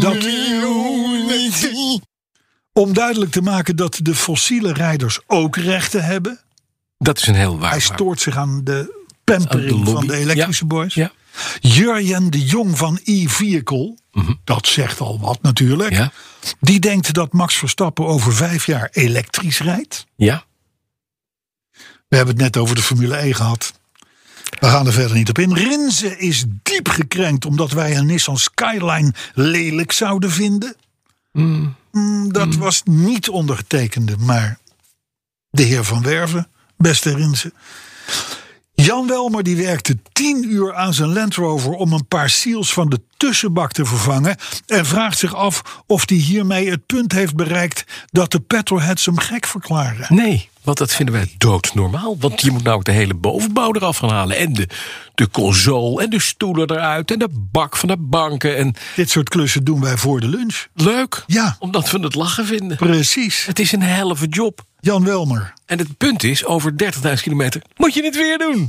dat de fossiele rijders ook rechten hebben. Dat is een heel waar. Hij stoort zich aan de pampering van de elektrische boys. Ja. Jurjen de Jong van e-Vehicle, dat zegt al wat natuurlijk. Ja. Die denkt dat Max Verstappen over 5 jaar elektrisch rijdt. Ja. We hebben het net over de Formule E gehad. We gaan er verder niet op in. Rinze is diep gekrenkt omdat wij een Nissan Skyline lelijk zouden vinden. Dat was niet ondergetekende, maar de heer Van Werven, beste Rinze. Jan Welmer die werkte 10 uur aan zijn Land Rover om een paar seals van de tussenbak te vervangen. En vraagt zich af of hij hiermee het punt heeft bereikt dat de petrolheads hem gek verklaren. Nee, want dat vinden wij doodnormaal. Want je moet nou ook de hele bovenbouw eraf gaan halen. En de console en de stoelen eruit en de bak van de banken. En Dit soort klussen doen wij voor de lunch. leuk, Ja. omdat we het lachen vinden. Precies. Het is een helve job. Jan Welmer. En het punt is, over 30.000 kilometer moet je het weer doen.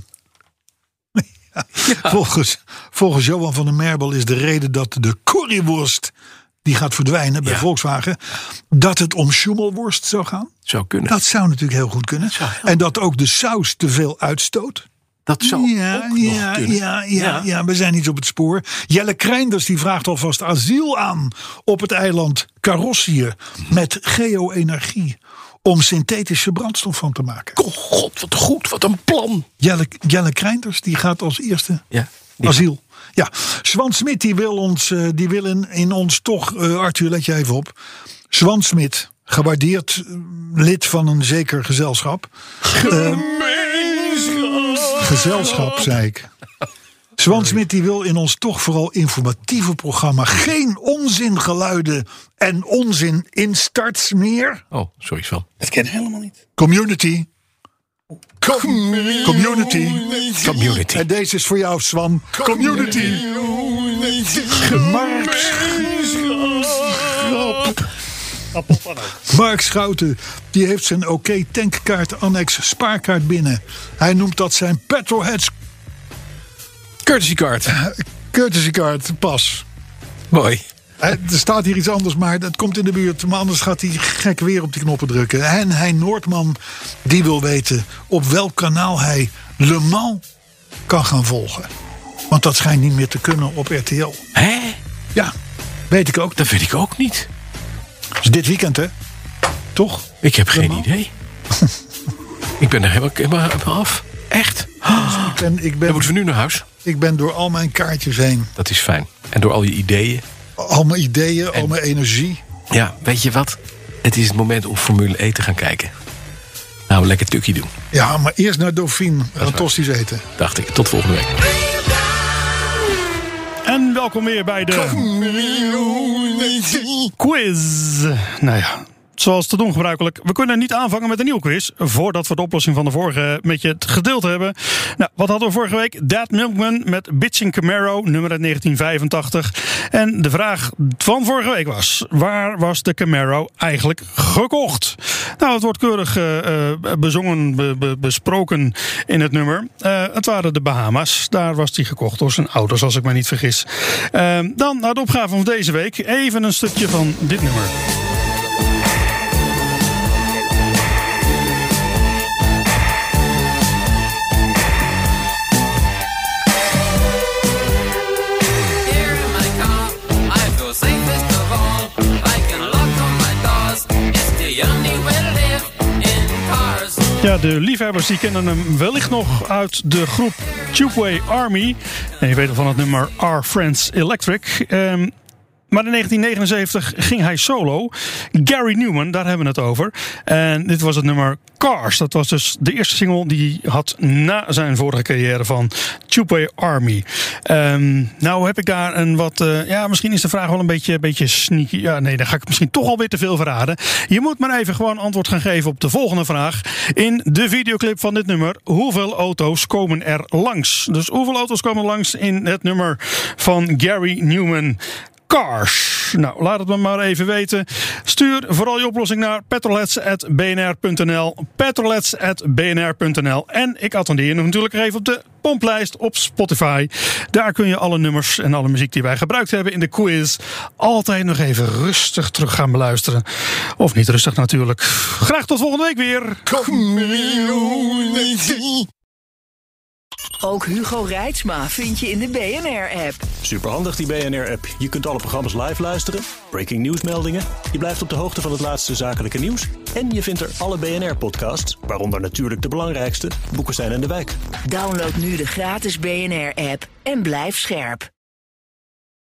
Volgens Johan van der Merbel is de reden dat de curryworst die gaat verdwijnen bij Volkswagen, dat het om schummelworst zou gaan. Zou kunnen. Dat zou natuurlijk heel goed kunnen. En dat ook de saus te veel uitstoot. Dat zou ook nog kunnen. Ja, we zijn iets op het spoor. Jelle Kreinders die vraagt alvast asiel aan op het eiland Karossië met geo-energie om synthetische brandstof van te maken. Oh god, wat goed, wat een plan. Jelle Kreinders die gaat als eerste Ja, asiel. Ja, Swan Smit die wil in ons toch, Arthur, let je even op. Swan Smit, gewaardeerd lid van een zeker gezelschap. Gezelschap, zei ik. Swan Smit die wil in ons toch vooral informatieve programma. Geen onzingeluiden en onzin instarts meer. Oh, sorry Swan. Dat ken ik helemaal niet. Community. Community. Community. En deze is voor jou, Swan. Community. Mark Schouten die heeft zijn OK tankkaart annex spaarkaart binnen. Hij noemt dat zijn Petrolheads courtesy card pas. Mooi. Er staat hier iets anders, maar dat komt in de buurt. Maar anders gaat hij gek weer op die knoppen drukken. En Hein Noordman die wil weten op welk kanaal hij Le Mans kan gaan volgen. Want dat schijnt niet meer te kunnen op RTL. Hè? Ja, weet ik ook. Dat weet ik ook niet. Dat is dit weekend, hè? Toch? Ik heb geen Mans? idee. Ik ben er helemaal af. Echt? Dan moeten we nu naar huis. Ik ben door al mijn kaartjes heen. Dat is fijn. En door al je ideeën. Al mijn ideeën, al mijn energie. Ja, weet je wat? Het is het moment om Formule E te gaan kijken. Nou, lekker tukkie doen. Ja, maar eerst naar Dauphine. En tosti's eten. Dacht ik. Tot volgende week. En welkom weer bij de quiz. Nou ja, zoals te doen gebruikelijk. We kunnen niet aanvangen met een nieuwe quiz voordat we de oplossing van de vorige met je gedeeld hebben. Nou, wat hadden we vorige week? Dad Milkman met Bitchin' Camaro, nummer uit 1985. En de vraag van vorige week was: waar was de Camaro eigenlijk gekocht? Nou, het wordt keurig bezongen, besproken in het nummer. Het waren de Bahama's. Daar was die gekocht door zijn ouders, als ik me niet vergis. Dan naar de opgave van deze week. Even een stukje van dit nummer. Ja, de liefhebbers die kennen hem wellicht nog uit de groep Tubeway Army. En je weet al van het nummer Our Friends Electric. Maar in 1979 ging hij solo. Gary Numan, daar hebben we het over. En dit was het nummer Cars. Dat was dus de eerste single die hij had na zijn vorige carrière van Two-Way Army. Nou heb ik daar een wat... misschien is de vraag wel een beetje sneaky. Ja, nee, dan ga ik misschien toch alweer te veel verraden. Je moet maar even gewoon antwoord gaan geven op de volgende vraag. In de videoclip van dit nummer, hoeveel auto's komen er langs? Dus hoeveel auto's komen er langs in het nummer van Gary Numan? Cars. Nou, laat het me maar even weten. Stuur vooral je oplossing naar petrolheads@bnr.nl. petrolheads@bnr.nl. En ik attendeer je natuurlijk even op de pomplijst op Spotify. Daar kun je alle nummers en alle muziek die wij gebruikt hebben in de quiz altijd nog even rustig terug gaan beluisteren. Of niet rustig natuurlijk. Graag tot volgende week weer. Ook Hugo Reitsma vind je in de BNR-app. Superhandig die BNR-app. Je kunt alle programma's live luisteren, breaking nieuwsmeldingen, je blijft op de hoogte van het laatste zakelijke nieuws en je vindt er alle BNR-podcasts, waaronder natuurlijk de belangrijkste, Boekestein en de Wijk. Download nu de gratis BNR-app en blijf scherp.